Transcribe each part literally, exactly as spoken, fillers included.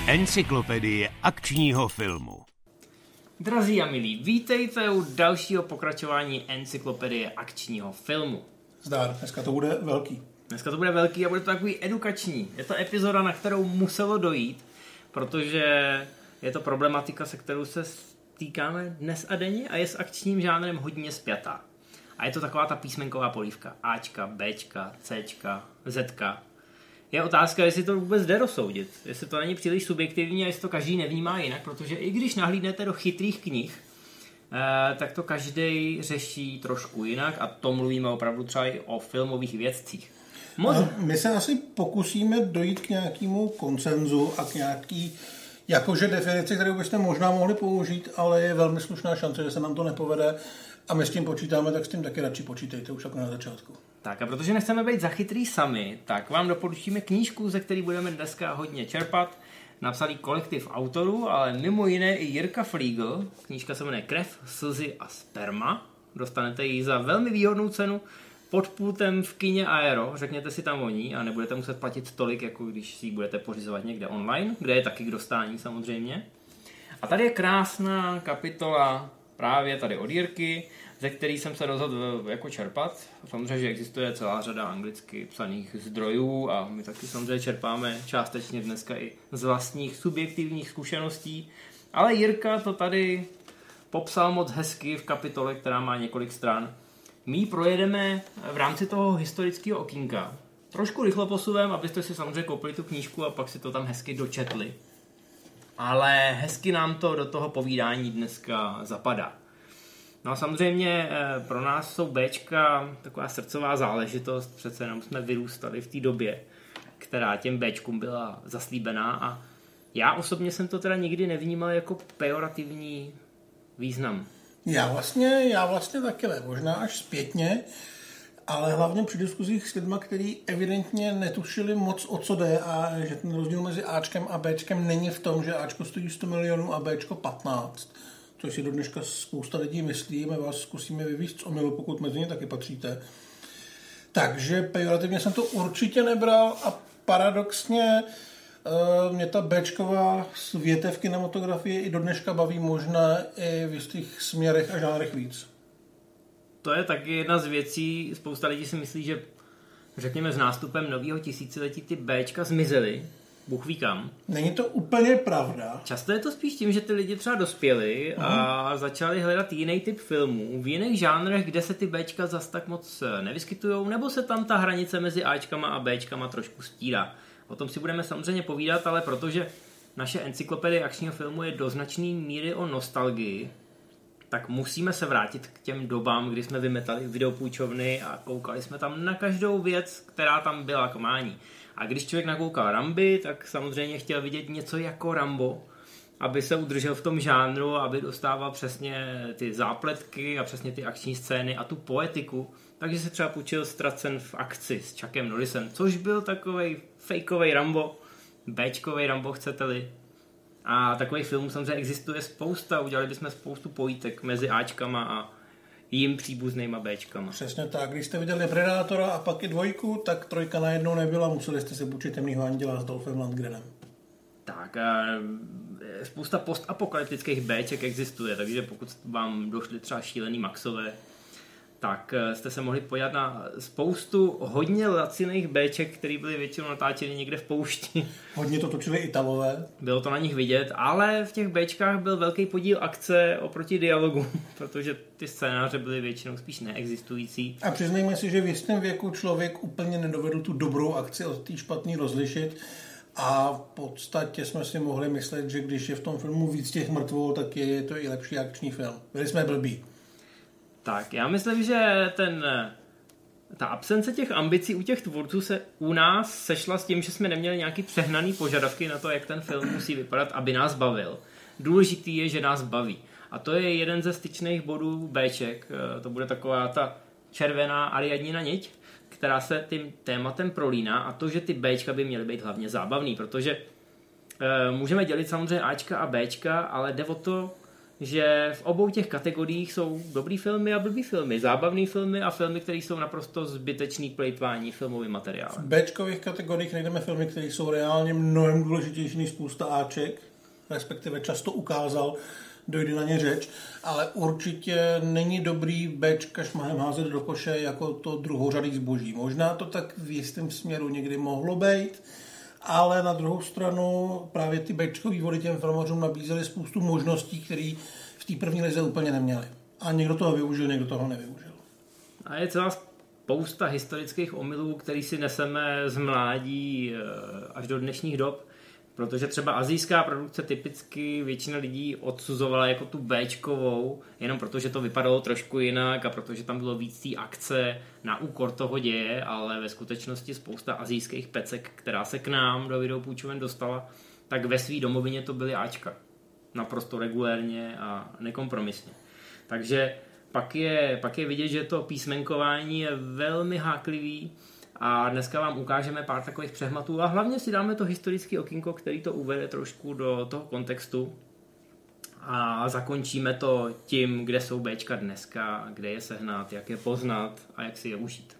Encyklopedie akčního filmu. Drazí a milí, vítejte u dalšího pokračování encyklopedie akčního filmu. Zdar, dneska to bude velký. Dneska to bude velký a bude to takový edukační. Je to epizoda, na kterou muselo dojít, protože je to problematika, se kterou se stýkáme dnes a denně a je s akčním žánrem hodně spjatá. A je to taková ta písmenková polívka. Ačka, Bčka, Cčka, Zčka. Je otázka, jestli to vůbec jde rozsoudit. Jestli to není příliš subjektivní a jestli to každý nevnímá jinak, protože i když nahlídnete do chytrých knih, eh, tak to každý řeší trošku jinak a to mluvíme opravdu třeba i o filmových vědcích. Moc... My se asi pokusíme dojít k nějakému konsenzu a k nějaký jakože definici, kterou byste možná mohli použít, ale je velmi slušná šance, že se nám to nepovede a my s tím počítáme, tak s tím taky radši počítejte už jako na začátku. Tak a protože nechceme být zachytrý sami, tak vám doporučíme knížku, ze které budeme dneska hodně čerpat. Napsali kolektiv autorů, ale mimo jiné i Jirka Fliegl. Knížka se jmenuje Krev, slzy a sperma. Dostanete ji za velmi výhodnou cenu pod pultem v kině Aero. Řekněte si tam o ní a nebudete muset platit tolik, jako když si ji budete pořizovat někde online, kde je taky k dostání samozřejmě. A tady je krásná kapitola právě tady od Jirky, ze který jsem se rozhodl jako čerpat. Samozřejmě, že existuje celá řada anglicky psaných zdrojů a my taky samozřejmě čerpáme částečně dneska i z vlastních subjektivních zkušeností. Ale Jirka to tady popsal moc hezky v kapitole, která má několik stran. My ji projedeme v rámci toho historického okýnka. Trošku rychlo posuvem, abyste si samozřejmě koupili tu knížku a pak si to tam hezky dočetli. Ale hezky nám to do toho povídání dneska zapadá. No a samozřejmě pro nás jsou Bčka taková srdcová záležitost, přece jenom jsme vyrůstali v té době, která těm Bčkům byla zaslíbená a já osobně jsem to teda nikdy nevnímal jako pejorativní význam. Já vlastně, já vlastně taky ne, možná až zpětně, ale hlavně při diskuzích s lidmi, kteří evidentně netušili moc, o co jde a že ten rozdíl mezi Ačkem a Bčkem není v tom, že Ačko stojí sto milionů a Bčko patnáct. Což si do dneška spousta lidí myslí, my vás zkusíme vyvízt z omylu, pokud mezi ně taky patříte. Takže pejorativně jsem to určitě nebral a paradoxně uh, mě ta Bčková větev kinematografie i do dneška baví možná i v jistých směrech a žánrech víc. To je taky jedna z věcí, spousta lidí si myslí, že řekněme s nástupem nového tisíciletí ty Bčka zmizely. Bůh ví kam. Není to úplně pravda. Často je to spíš tím, že ty lidi třeba dospěli uh-huh. a začali hledat jiný typ filmů v jiných žánrech, kde se ty Bčka zas tak moc nevyskytujou, nebo se tam ta hranice mezi Ačkama a Bčkama trošku stírá. O tom si budeme samozřejmě povídat, ale protože naše encyklopedie akčního filmu je do značné míry o nostalgii, tak musíme se vrátit k těm dobám, kdy jsme vymetali videopůjčovny a koukali jsme tam na každou věc, která tam byla k mání. A když člověk nakoukal Ramby, tak samozřejmě chtěl vidět něco jako Rambo, aby se udržel v tom žánru, aby dostával přesně ty zápletky a přesně ty akční scény a tu poetiku. Takže se třeba půjčil Ztracen v akci s Chuckem Norrisem, což byl takovej fejkovej Rambo, Bčkovej Rambo, chcete-li. A takových filmů samozřejmě existuje spousta, udělali bychom spoustu pojítek mezi Ačkama a jim příbuznýma Bčkama. Přesně tak, když jste viděli Predátora a pak i dvojku, tak trojka najednou nebyla, museli jste si půjčit Temnýho anděla s Dolphem Lundgrenem. Tak a spousta postapokalyptických Bček existuje, takže pokud vám došly třeba šílený Maxové, tak jste se mohli podívat na spoustu hodně laciných Bček, které byly většinou natáčeny někde v poušti. Hodně to točili Italové. Bylo to na nich vidět, ale v těch Bčkách byl velký podíl akce oproti dialogu, protože ty scénáře byly většinou spíš neexistující. A přiznejme si, že v jistém věku člověk úplně nedovedl tu dobrou akci od té špatný rozlišit a v podstatě jsme si mohli myslet, že když je v tom filmu víc těch mrtvol, tak je to i lepší akční film. Byli jsme blbí. Tak, já myslím, že ten, ta absence těch ambicí u těch tvůrců se u nás sešla s tím, že jsme neměli nějaký přehnaný požadavky na to, jak ten film musí vypadat, aby nás bavil. Důležitý je, že nás baví. A to je jeden ze styčných bodů Bček. To bude taková ta červená Ariadnina niť, která se tím tématem prolíná a to, že ty Bčka by měly být hlavně zábavný, protože e, můžeme dělit samozřejmě Ačka a Bčka, ale jde o to, že v obou těch kategoriích jsou dobrý filmy a blbý filmy, zábavný filmy a filmy, které jsou naprosto zbytečný plejtvání filmovým materiálem. V Bčkových kategoriích najdeme filmy, které jsou reálně mnohem důležitější než spousta Aček, respektive často ukázal, dojde na ně řeč, ale určitě není dobrý Bčka šmahem házet do koše jako to druhořadý zboží. Možná to tak v jistém směru někdy mohlo být, ale na druhou stranu právě ty Bčkový vody těm filmařům nabízely spoustu možností, které v té první lize úplně neměli. A někdo toho využil, někdo toho nevyužil. A je celá spousta historických omylů, který si neseme z mládí až do dnešních dob, protože třeba asijská produkce typicky většina lidí odsuzovala jako tu Bčkovou, jenom protože to vypadalo trošku jinak a protože tam bylo víc té akce na úkor toho děje, ale ve skutečnosti spousta asijských pecek, která se k nám do videopůjčoven dostala, tak ve svý domovině to byly Ačka. Naprosto regulérně a nekompromisně. Takže pak je, pak je vidět, že to písmenkování je velmi háklivý a dneska vám ukážeme pár takových přehmatů a hlavně si dáme to historické okýnko, který to uvede trošku do toho kontextu a zakončíme to tím, kde jsou Bčka dneska, kde je sehnat, jak je poznat a jak si je užít.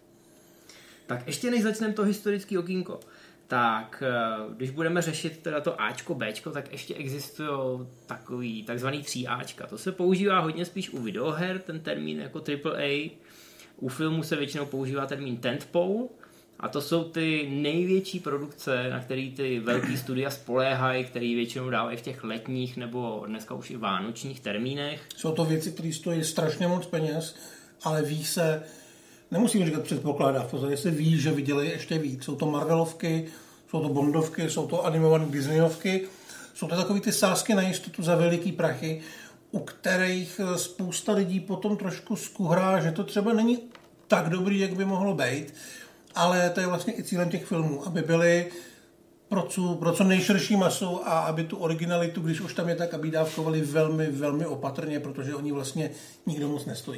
Tak ještě než začneme to historické okýnko, tak když budeme řešit teda to Ačko, Bčko, tak ještě existují takový takzvaný tří Ačka. To se používá hodně spíš u videoher, ten termín jako triple A. U filmu se většinou používá termín tentpole a to jsou ty největší produkce, na který ty velký studia spoléhají, který většinou dávají v těch letních nebo dneska už i vánočních termínech. Jsou to věci, které stojí strašně moc peněz, ale ví se, nemusím říkat předpokládá, v podstatě se ví, že vydělají ještě víc. Jsou to Marvelovky, jsou to Bondovky, jsou to animované Disneyovky, jsou to takový ty sázky na jistotu za veliký prachy, u kterých spousta lidí potom trošku skuhrá, že to třeba není tak dobrý, jak by mohlo být, ale to je vlastně i cílem těch filmů, aby byly pro co, pro co nejširší masu a aby tu originalitu, když už tam je, tak aby dávkovali velmi, velmi opatrně, protože oni vlastně nikdo moc nestojí.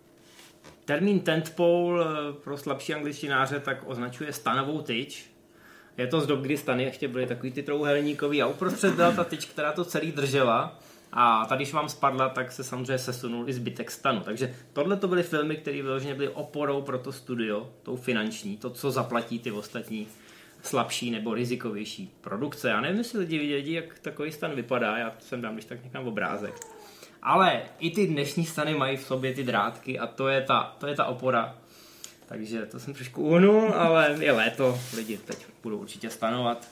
Termín tentpole pro slabší angličtináře tak označuje stanovou tyč. Je to z dob, kdy stany ještě byly takový ty trouhelníkový a uprostřed byla ta tyč, která to celý držela. A tady, když vám spadla, tak se samozřejmě sesunul i zbytek stanu. Takže tohle to byly filmy, které vyloženě byly oporou pro to studio, tou finanční, to, co zaplatí ty ostatní slabší nebo rizikovější produkce. Já nevím, jestli lidi vědí, jak takový stan vypadá, já sem dám když tak někam obrázek. Ale i ty dnešní stany mají v sobě ty drátky a to je ta, to je ta opora. Takže to jsem trošku uhnul, ale je léto, lidi teď budou určitě stanovat.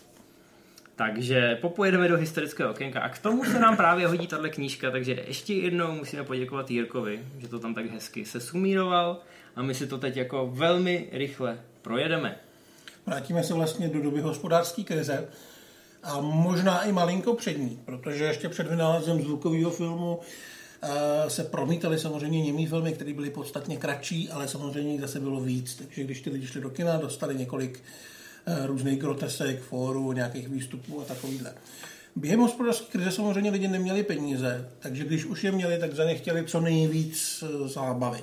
Takže popojedeme do historického okénka a k tomu se nám právě hodí tahle knížka, takže ještě jednou musíme poděkovat Jirkovi, že to tam tak hezky sesumíroval a my si to teď jako velmi rychle projedeme. Vrátíme se vlastně do doby hospodářské krize a možná i malinko před ní, protože ještě před vynálezem zvukového filmu se promítaly samozřejmě němý filmy, které byly podstatně kratší, ale samozřejmě jich zase bylo víc, takže když ty lidi šli do kina, dostali několik různých grotesek, fórů, nějakých výstupů a takovýhle. Během hospodářské krize samozřejmě lidi neměli peníze, takže když už je měli, tak za ně chtěli co nejvíc zábavy.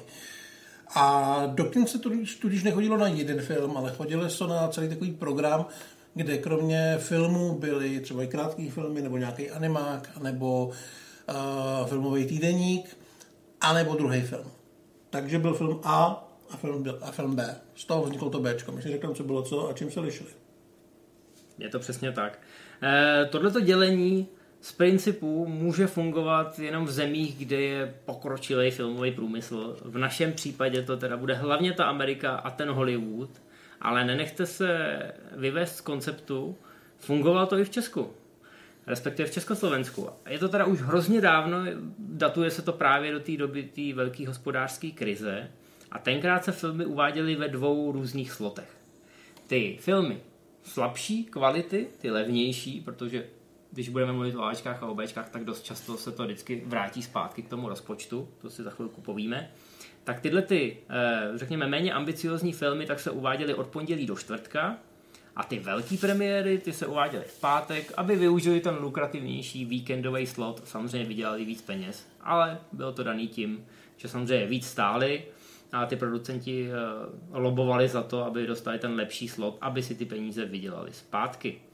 A do kin se tudíž nechodilo na jeden film, ale chodilo se na celý takový program, kde kromě filmů byly třeba i krátký filmy, nebo nějaký animák, nebo uh, filmový týdeník, anebo druhý film. Takže byl film A a film, a film B. Z toho vzniklo to Bčko. My si řekneme, co bylo co a čím se lišili. Je to přesně tak. E, tohleto dělení z principu může fungovat jenom v zemích, kde je pokročilý filmový průmysl. V našem případě to teda bude hlavně ta Amerika a ten Hollywood, ale nenechte se vyvést z konceptu, fungovalo to i v Česku, respektive v Československu. Je to teda už hrozně dávno, datuje se to právě do té doby té velké hospodářské krize a tenkrát se filmy uváděly ve dvou různých slotech. Ty filmy slabší kvality, ty levnější, protože když budeme mluvit o Ačkách a o Bčkách, tak dost často se to vždycky vrátí zpátky k tomu rozpočtu, to si za chvilku povíme. Tak tyhle ty, řekněme, méně ambiciozní filmy tak se uváděly od pondělí do čtvrtka a ty velký premiéry, ty se uváděly v pátek, aby využili ten lukrativnější víkendový slot, samozřejmě vydělali víc peněz, ale bylo to daný tím, že samozřejmě víc stáli a ty producenti lobovali za to, aby dostali ten lepší slot, aby si ty peníze vydělali zpátky.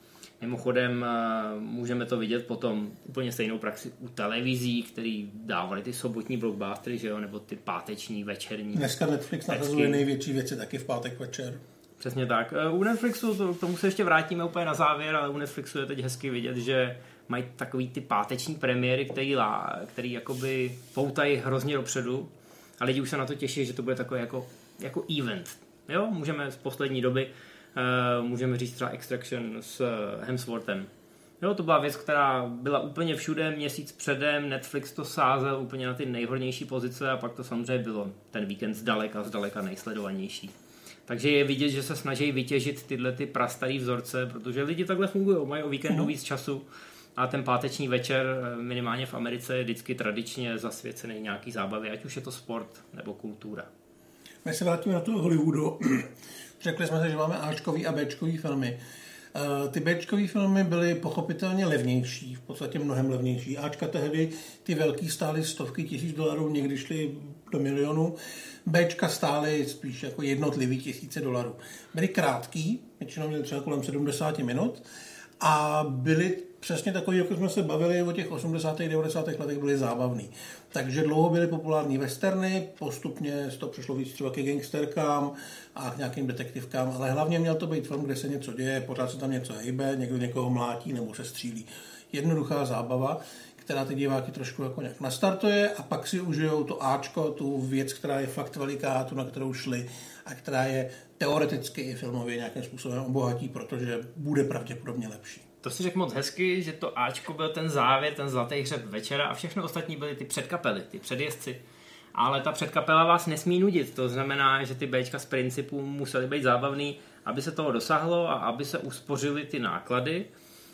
Mimochodem můžeme to vidět potom úplně stejnou praxi u televizí, který dávali ty sobotní blockbustery, že jo, nebo ty páteční, večerní. Dneska Netflix nahrazuje největší věci taky v pátek večer. Přesně tak. U Netflixu, to, k tomu se ještě vrátíme úplně na závěr, ale u Netflixu je teď hezky vidět, že mají takový ty páteční premiéry, který, lá, který jakoby poutají hrozně dopředu a lidi už se na to těší, že to bude takový jako, jako event. Jo, můžeme z poslední doby uh, můžeme říct třeba Extraction s Hemsworthem. Jo, to byla věc, která byla úplně všude měsíc předem, Netflix to sázel úplně na ty nejhornější pozice a pak to samozřejmě bylo ten víkend zdaleka, zdaleka nejsledovanější. Takže je vidět, že se snaží vytěžit tyhle ty prastarý vzorce, protože lidi takhle fungují, mají o víkendu víc času a ten páteční večer minimálně v Americe je vždycky tradičně zasvěcený nějaký zábavy, ať už je to sport nebo kultura. My se vrátíme na tu Hollywoodu. Řekli jsme si, že máme Ačkový a Bčkový filmy. Ty Bčkový filmy byly pochopitelně levnější, v podstatě mnohem levnější. Ačka tehdy ty velký stály stovky tisíc dolarů, někdy šly do milionů. Bčka stály spíš jako jednotlivý tisíce dolarů. Byly krátký, většinou měly třeba kolem sedmdesát minut a byly přesně takový, jako jsme se bavili o těch osmdesátých devadesátých letech, byly zábavný. Takže dlouho byly populární westerny, postupně to přišlo víc třeba ke gangsterkám a k nějakým detektivkám, ale hlavně měl to být film, kde se něco děje, pořád se tam něco hejbe, někdo někoho mlátí nebo se střílí. Jednoduchá zábava, která ty diváky trošku jako nějak nastartuje a pak si užijou to Ačko, tu věc, která je fakt veliká, tu, na kterou šli a která je teoreticky i filmově nějakým způsobem obohatí, protože bude pravděpodobně lepší. To si řekl moc hezky, že to Ačko byl ten závěr, ten zlatý hřeb večera a všechno ostatní byly ty předkapely, ty předjezdci. Ale ta předkapela vás nesmí nudit, to znamená, že ty Bčka z principu musely být zábavný, aby se toho dosáhlo a aby se uspořily ty náklady.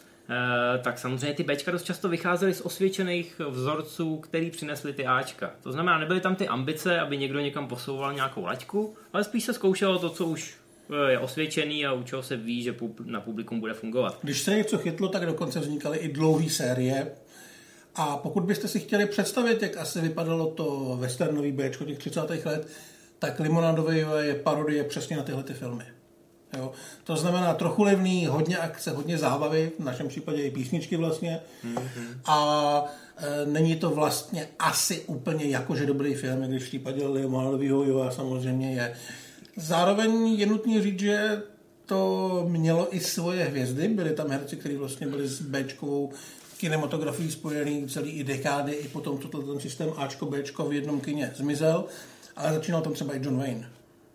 E, tak samozřejmě ty Bčka dost často vycházely z osvědčených vzorců, který přinesly ty Ačka. To znamená, nebyly tam ty ambice, aby někdo někam posouval nějakou laťku, ale spíš se zkoušelo to, co už je osvědčený a u čeho se ví, že na publikum bude fungovat. Když se něco chytlo, tak dokonce vznikaly i dlouhé série. A pokud byste si chtěli představit, jak asi vypadalo to westernový Bčko těch třicátých let, tak Limonádové je parodie přesně na tyhle ty filmy. Jo? To znamená trochu levný, hodně akce, hodně zábavy, v našem případě i písničky vlastně. Mm-hmm. A e, není to vlastně asi úplně jakože dobrý film, když v případě Limonádového samozřejmě je. Zároveň je nutné říct, že to mělo i svoje hvězdy. Byly tam herci, kteří vlastně byli s Bčkovou kinematografií spojený celý i dekády, i potom, co ten systém Ačko, Bčko v jednom kině zmizel, ale začínal tam třeba i John Wayne.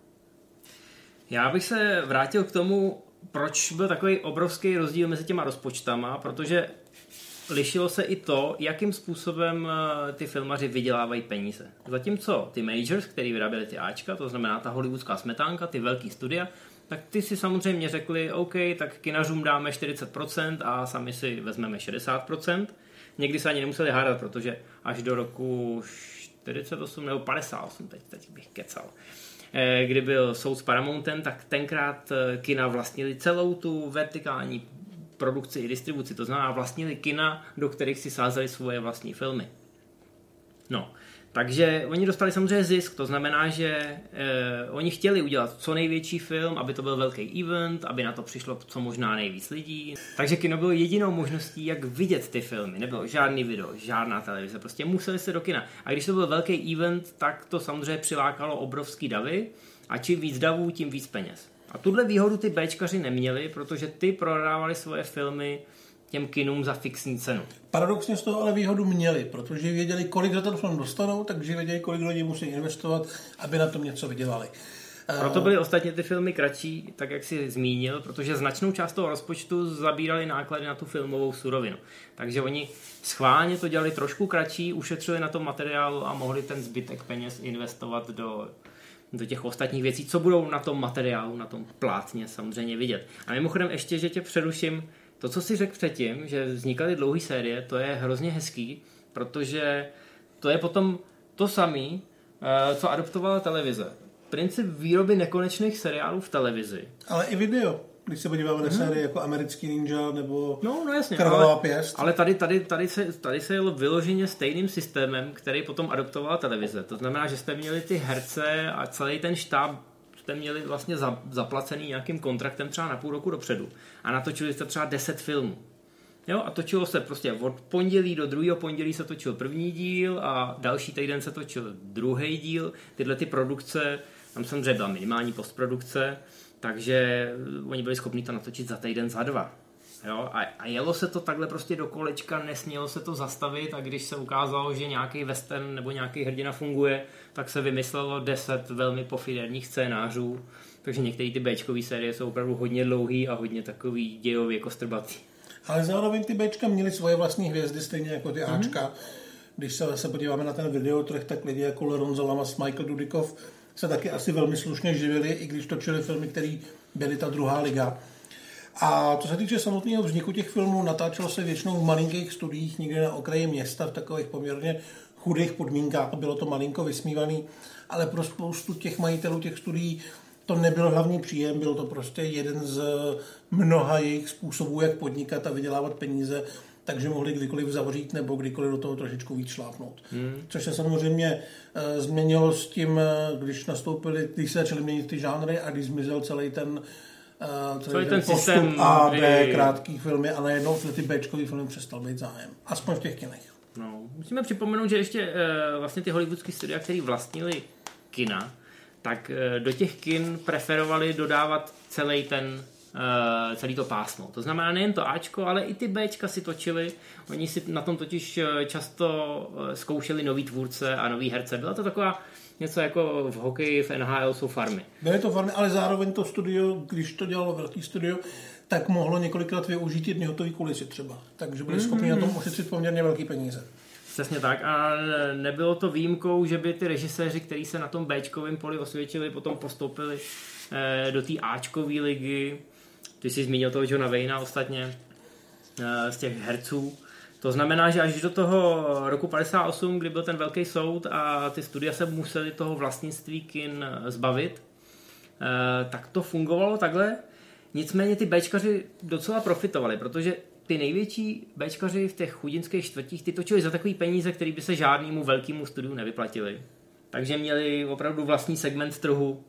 Já bych se vrátil k tomu, proč byl takový obrovský rozdíl mezi těma rozpočtama, protože lišilo se i to, jakým způsobem ty filmaři vydělávají peníze. Zatímco ty majors, který vyráběli ty Ačka, to znamená ta hollywoodská smetánka, ty velký studia, tak ty si samozřejmě řekli, OK, tak kinařům dáme čtyřicet procent a sami si vezmeme šedesát procent. Někdy se ani nemuseli hádat, protože až do roku čtyřicet osm nebo padesát osm, teď, teď bych kecal, kdy byl soud s Paramountem, tak tenkrát kina vlastnili celou tu vertikální produkci i distribuci, to znamená vlastnili kina, do kterých si sázeli svoje vlastní filmy. No, takže oni dostali samozřejmě zisk, to znamená, že eh, oni chtěli udělat co největší film, aby to byl velký event, aby na to přišlo co možná nejvíc lidí. Takže kino bylo jedinou možností, jak vidět ty filmy. Nebylo žádný video, žádná televize, prostě museli se do kina. A když to byl velký event, tak to samozřejmě přilákalo obrovský davy a čím víc davů, tím víc peněz. A tuhle výhodu ty Bčkaři neměli, protože ty prodávali svoje filmy těm kinům za fixní cenu. Paradoxně z toho ale výhodu měli, protože věděli, kolik za ten film dostanou, takže věděli, kolik lidí musí investovat, aby na tom něco vydělali. Proto byly ostatně ty filmy kratší, tak jak jsi zmínil, protože značnou část toho rozpočtu zabírali náklady na tu filmovou surovinu. Takže oni schválně to dělali trošku kratší, ušetřili na tom materiálu a mohli ten zbytek peněz investovat do, do těch ostatních věcí, co budou na tom materiálu, na tom plátně samozřejmě vidět. A mimochodem ještě, že tě přeruším, to, co jsi řekl předtím, že vznikaly dlouhé série, to je hrozně hezký, protože to je potom to samé, co adoptovala televize. Princip výroby nekonečných seriálů v televizi. Ale i video. Když se podíváme na hmm. série jako Americký ninja nebo no, no jasně, Krvavá ale, pěst. Ale tady, tady, tady, se, tady se jelo vyloženě stejným systémem, který potom adoptovala televize. To znamená, že jste měli ty herce a celý ten štáb jste měli vlastně za, zaplacený nějakým kontraktem třeba na půl roku dopředu a natočili jste třeba deset filmů. Jo, a točilo se prostě od pondělí do druhého pondělí se točil první díl a další týden se točil druhý díl. Tyhle ty produkce, tam samozřejmě byla minimální postprodukce, takže oni byli schopni to natočit za týden, za dva. Jo, a, a jelo se to takhle prostě do kolečka, nesmělo se to zastavit a když se ukázalo, že nějaký western nebo nějaký hrdina funguje, tak se vymyslelo deset velmi pofiderních scénářů, takže některé ty béčkové série jsou opravdu hodně dlouhý a hodně takový dějově kostrbatý. Ale zároveň ty Bčka měly svoje vlastní hvězdy, stejně jako ty Ačka. Mm-hmm. Když se zase podíváme na ten videotrh, tak lidi jako Lorenzo Lamas, Michael Dudikoff se taky asi velmi slušně živili, i když točili filmy, které byly ta druhá liga. A co se týče samotného vzniku těch filmů, natáčelo se většinou v malinkých studiích, někde na okraji města, v takových poměrně chudých podmínkách. Bylo to malinko vysmívaný, ale pro spoustu těch majitelů těch studií to nebyl hlavní příjem, byl to prostě jeden z mnoha jejich způsobů, jak podnikat a vydělávat peníze, takže mohli kdykoliv zavřít nebo kdykoliv do toho trošičku víc šlápnout. Hmm. Což se samozřejmě e, změnilo s tím, když nastoupili, když se začaly měnit ty žánry a když zmizel celý ten, e, celý ten, ten postup A, B, kdy... krátký filmy a najednou ty Bčkový filmy přestal být zájem. Aspoň v těch kinech. No, musíme připomenout, že ještě e, vlastně ty hollywoodský studia, který vlastnili kina, tak do těch kin preferovali dodávat celý ten, celý to pásmo. To znamená nejen to Ačko, ale i ty Bčka si točili. Oni si na tom totiž často zkoušeli nový tvůrce a nový herce. Byla to taková něco jako v hokeji, v N H L jsou farmy. Byly to farmy, ale zároveň to studio, když to dělalo velký studio, tak mohlo několikrát využít jedny hotové kulisy třeba. Takže byli mm-hmm. schopni na tom ušetřit poměrně velký peníze. Přesně tak a nebylo to výjimkou, že by ty režiséři, kteří se na tom Bčkovém poli osvědčili, potom postoupili eh, do té Ačkové ligy. Ty jsi zmínil toho Johna Wayna ostatně eh, z těch herců. To znamená, že až do toho roku padesát osm, kdy byl ten velký soud a ty studia se museli toho vlastnictví kin zbavit, eh, tak to fungovalo takhle. Nicméně ty Bčkaři docela profitovali, protože ty největší Bčkaři v těch chudinských čtvrtích ty točili za takový peníze, který by se žádnému velkému studiu nevyplatili. Takže měli opravdu vlastní segment trhu,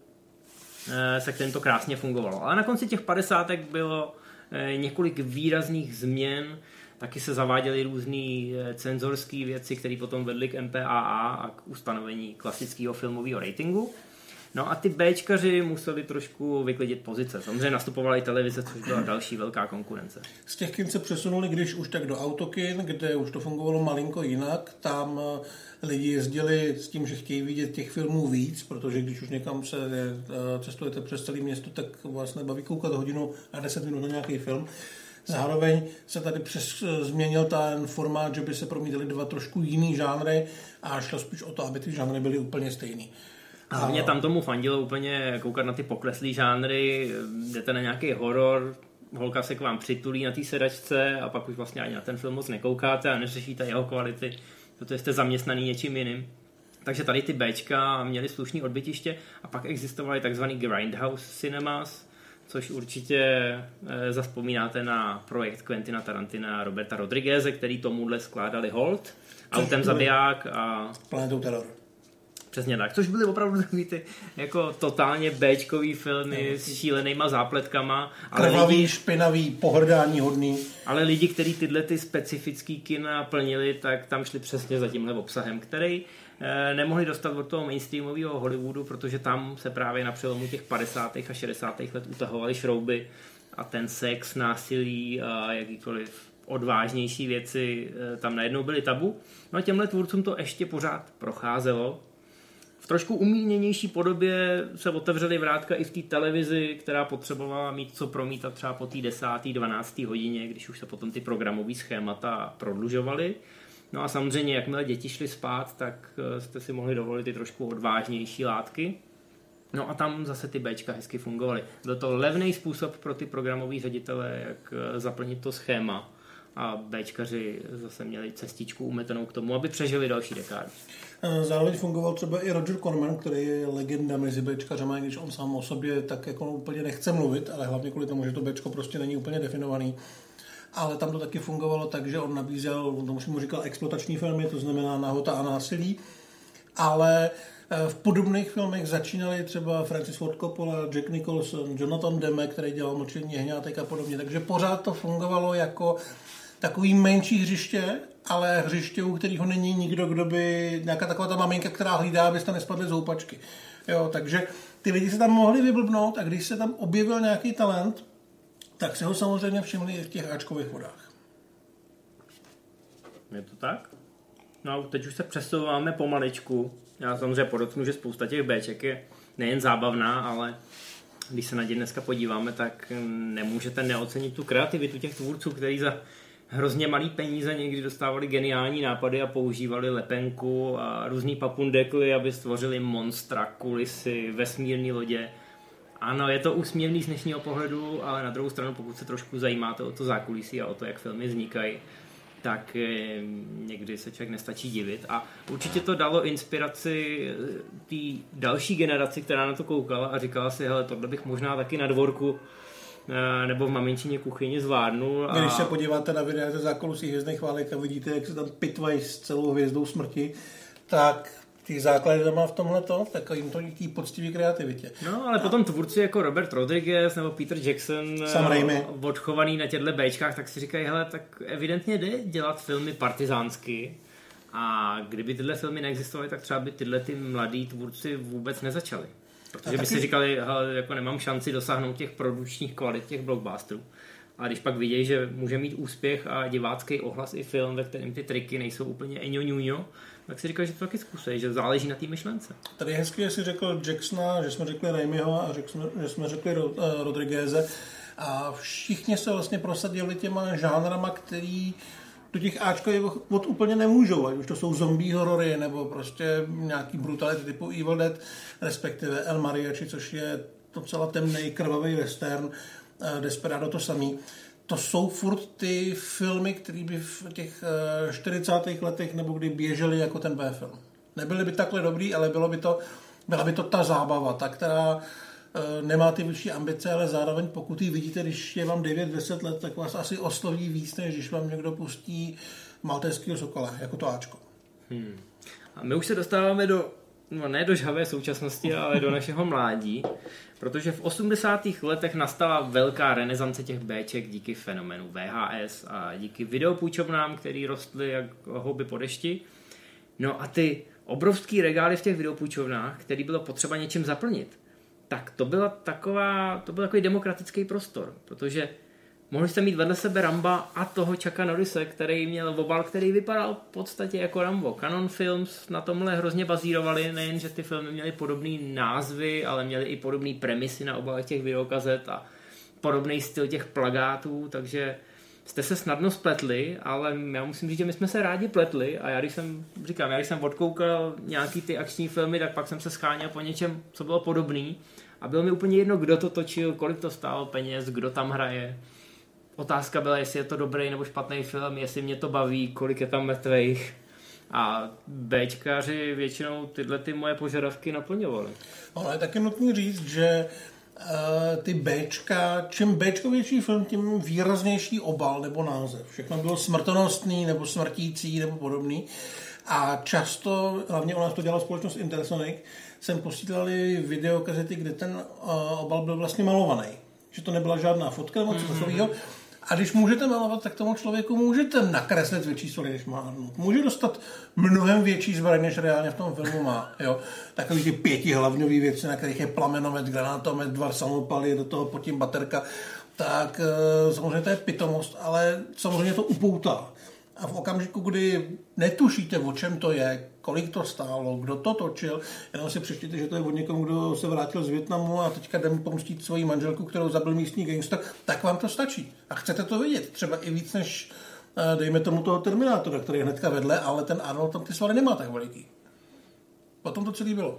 se kterým to krásně fungovalo. Ale na konci těch padesátek bylo několik výrazných změn, taky se zaváděly různé cenzorské věci, které potom vedly k M P A A a k ustanovení klasického filmového ratingu. No a ty Bčkaři museli trošku vyklidit pozice. Samozřejmě nastupovala i televize, což byla další velká konkurence. Z těch kin se přesunuli, když už tak do autokin, kde už to fungovalo malinko jinak. Tam lidi jezdili s tím, že chtějí vidět těch filmů víc, protože když už někam se cestujete přes celé město, tak vás nebaví koukat hodinu a deset minut na nějaký film. Zároveň se tady přes, změnil ten formát, že by se promítali dva trošku jiný žánry a šlo spíš o to, aby ty žánry byly úplně stejný. A hlavně tam tomu fandilo úplně koukat na ty pokleslý žánry, jdete na nějaký horor, holka se k vám přitulí na té sedačce a pak už vlastně ani na ten film moc nekoukáte a neřešíte jeho kvality, protože jste zaměstnaný něčím jiným. Takže tady ty Bčka měly slušný odbytiště a pak existovaly takzvaný Grindhouse Cinemas, což určitě e, zavzpomínáte na projekt Quentina Tarantina a Roberta Rodrigueze, který tomuhle skládali hold, Autem zabiják a Planetou teror. Přesně tak, což byly opravdu takový ty jako totálně béčkový filmy no. s šílenýma zápletkama. Krvavý, lidi, špinavý, pohrdání hodný. Ale lidi, kteří tyhle ty specifický kina plnili, tak tam šli přesně za tímhle obsahem, který eh, nemohli dostat od toho mainstreamového Hollywoodu, protože tam se právě na přelomu těch padesátých a šedesátých let utahovaly šrouby a ten sex, násilí a jakýkoliv odvážnější věci eh, tam najednou byly tabu. No a těmhle tvůrcům to ještě pořád procházelo. V trošku umírněnější podobě se otevřely vrátka i v té televizi, která potřebovala mít co promítat třeba po té desáté, dvanácté hodině, když už se potom ty programové schémata prodlužovaly. No a samozřejmě, jakmile děti šly spát, tak jste si mohli dovolit i trošku odvážnější látky. No a tam zase ty Bčka hezky fungovaly. Byl to levný způsob pro ty programoví ředitele, jak zaplnit to schéma. A Bčkaři zase měli cestičku umetenou k tomu, aby přežili další dekády. Zároveň fungoval třeba i Roger Corman, který je legenda mezi Bčkařama, když on sám o sobě tak jako úplně nechce mluvit, ale hlavně kvůli tomu, že to Bčko prostě není úplně definovaný. Ale tam to taky fungovalo tak, že on nabízel, tomu mu říkal exploatační filmy, to znamená nahota a násilí, ale V podobných filmech začínali třeba Francis Ford Coppola, Jack Nicholson, Jonathan Demme, který dělal Mlčení jehňátek a podobně. Takže pořád to fungovalo jako takový menší hřiště, ale hřiště, u kterého není nikdo, kdo by, nějaká taková ta maminka, která hlídá, abyste nespadli z houpačky. Jo, takže ty lidi se tam mohli vyblbnout a když se tam objevil nějaký talent, tak se ho samozřejmě všimli i v těch áčkových vodách. Je to tak? No teď už se přesouváme pomaličku. Já samozřejmě podotknu, že spousta těch béček je nejen zábavná, ale když se na ně dneska podíváme, tak nemůžete neocenit tu kreativitu těch tvůrců, kteří za hrozně malý peníze někdy dostávali geniální nápady a používali lepenku a různý papundekly, aby stvořili monstra, kulisy, vesmírné lodě. Ano, je to úsměvný z dnešního pohledu, ale na druhou stranu, pokud se trošku zajímáte o to zákulisí a o to, jak filmy vznikají, tak někdy se člověk nestačí divit. A určitě to dalo inspiraci té další generaci, která na to koukala a říkala si, hele, tohle bych možná taky na dvorku nebo v maminčině kuchyni zvládnul. A... Když se podíváte na videa ze zákulisí Hvězdných válek a vidíte, jak se tam pitvají s celou hvězdou smrti, tak ty základy tam má v tomhleto, takovým to díky poctivý kreativitě. No, ale a... potom tvůrci jako Robert Rodriguez nebo Peter Jackson, Sam Raimi, odchovaný na těchto béčkách, tak si říkají, hele, tak evidentně jde dělat filmy partizánsky a kdyby tyhle filmy neexistovaly, tak třeba by tyhle ty mladí tvůrci vůbec nezačali. Protože by taky... si říkali, hele, jako nemám šanci dosáhnout těch produkčních kvalit těch blockbusterů. A když pak vidějí, že může mít úspěch a divácký ohlas i film, ve kterém ty triky nejsou úplně eňo tak si říkal, že to taky zkusej, že záleží na té myšlence. Tady je hezky, že jsi řekl Jacksona, že jsme řekli Raimiho a řekl jsme, že jsme řekli Rodrigueze a všichni se vlastně prosadili těma žánrama, který do těch áčkových vod úplně nemůžou, ať už to jsou zombie horory nebo prostě nějaký brutality typu Evil Dead, respektive El Mariachi, což je docela temný krvavý western, Desperado to samý. To jsou furt ty filmy, které by v těch čtyřicátých letech nebo kdy běžely jako ten B-film. Nebyly by takhle dobrý, ale bylo by to, byla by to ta zábava, ta, která nemá ty vyšší ambice, ale zároveň pokud ji vidíte, když je vám devět deset let, tak vás asi osloví víc, než když vám někdo pustí Maltéského sokola, jako to áčko. Hmm. A my už se dostáváme do, no ne do žhavé současnosti, ale do našeho mládí, protože v osmdesátých letech nastala velká renesance těch béček díky fenoménu V H S a díky videopůjčovnám, který rostly jak houby po dešti. No a ty obrovský regály v těch videopůjčovnách, který bylo potřeba něčím zaplnit, tak to byla taková, to byl takový demokratický prostor, protože mohli jste mít vedle sebe Ramba a toho Chucka Norrise, který měl obal, který vypadal v podstatě jako Rambo. Canon Films na tomhle hrozně bazírovali, nejen, že ty filmy měly podobné názvy, ale měly i podobné premisy na obalech těch videokazet a podobný styl těch plakátů, takže jste se snadno spletli, ale já musím říct, že my jsme se rádi pletli a já když jsem, říkám, já když jsem odkoukal nějaký ty akční filmy, tak pak jsem se scháněl po něčem, co bylo podobný a bylo mi úplně jedno, kdo to točil, kolik to stálo peněz, kdo tam hraje. Otázka byla, jestli je to dobrý nebo špatný film, jestli mě to baví, kolik je tam mrtvejch. A béčkaři většinou tyhle ty moje požadavky naplňovali. Ale je taky nutný říct, že uh, ty béčka, čím béčkovější film, tím výraznější obal nebo název. Všechno bylo smrtonostný nebo smrtící nebo podobný. A často, hlavně u nás to dělala společnost Intersonic, sem posílali videokazety, kde ten uh, obal byl vlastně malovaný. Že to nebyla žádná fotka nebo co takového. A když můžete malovat, tak tomu člověku můžete nakreslit větší soli, než má. Může dostat mnohem větší zbraň, než reálně v tom filmu má. Jo? Takový ty pětihlavňový věci, na kterých je plamenomet, granátomet, dva samopaly, do toho potím baterka. Tak samozřejmě to je pitomost, ale samozřejmě to upoutá. A v okamžiku, kdy netušíte, o čem to je, kolik to stálo, kdo to točil, jenom si přečtěte, že to je od někomu, kdo se vrátil z Vietnamu a teďka jde mu pomstit svoji manželku, kterou zabil místní gangster, tak vám to stačí. A chcete to vidět, třeba i víc než, dejme tomu, toho Terminátora, který je hnedka vedle, ale ten Arnold tam ty svaly nemá tak veliký. Potom to celý bylo.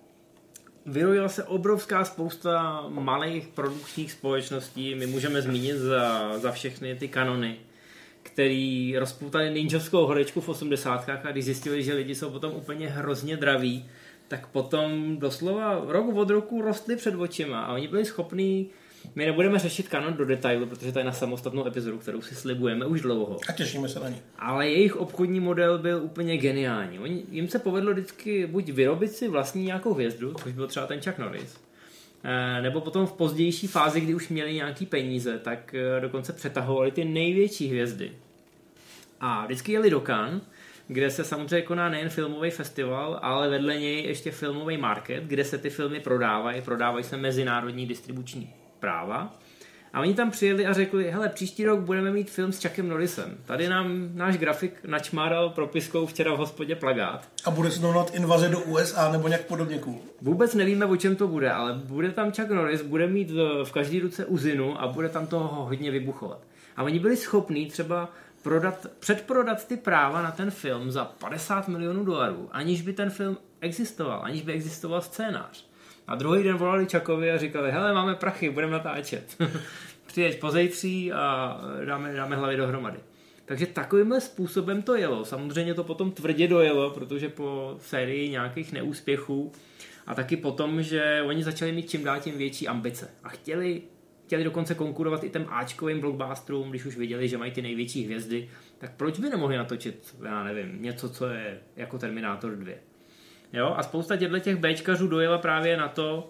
Vyrojila se obrovská spousta malých produkčních společností, my můžeme zmínit za, za všechny ty kanony, který rozpoutali ninjovskou horečku v osmdesátkách a když zjistili, že lidi jsou potom úplně hrozně draví, tak potom doslova rok od roku rostli před očima a oni byli schopní My nebudeme řešit kanon do detailu, protože to je na samostatnou epizodu, kterou si slibujeme už dlouho. A těšíme se na ní. Ale jejich obchodní model byl úplně geniální. Oni, jim se povedlo vždycky buď vyrobit si vlastní nějakou hvězdu, což byl třeba ten Chuck Norris, nebo potom v pozdější fázi, kdy už měli nějaký peníze, tak dokonce přetahovali ty největší hvězdy. A vždycky jeli do Cannes, kde se samozřejmě koná nejen filmový festival, ale vedle něj ještě filmový market, kde se ty filmy prodávají, prodávají se mezinárodní distribuční práva. A oni tam přijeli a řekli, hele, příští rok budeme mít film s Chuckem Norrisem. Tady nám náš grafik načmáral propiskou včera v hospodě plakát. A bude se jmenovat Invaze do U S A nebo nějak podobně cool. Vůbec nevíme, o čem to bude, ale bude tam Chuck Norris, bude mít v každé ruce uzinu a bude tam toho hodně vybuchovat. A oni byli schopní třeba prodat, předprodat ty práva na ten film za padesát milionů dolarů, aniž by ten film existoval, aniž by existoval scénář. A druhý den volali Chuckovi a říkali, hele, máme prachy, budeme natáčet. Přijeď pozejtří a dáme, dáme hlavy dohromady. Takže takovýmhle způsobem to jelo. Samozřejmě to potom tvrdě dojelo, protože po sérii nějakých neúspěchů a taky potom, že oni začali mít čím dál tím větší ambice. A chtěli, chtěli dokonce konkurovat i těm áčkovým blockbusterům, když už viděli, že mají ty největší hvězdy, tak proč by nemohli natočit, já nevím, něco, co je jako Terminátor dva. Jo? A spousta těch béčkařů dojela právě na to,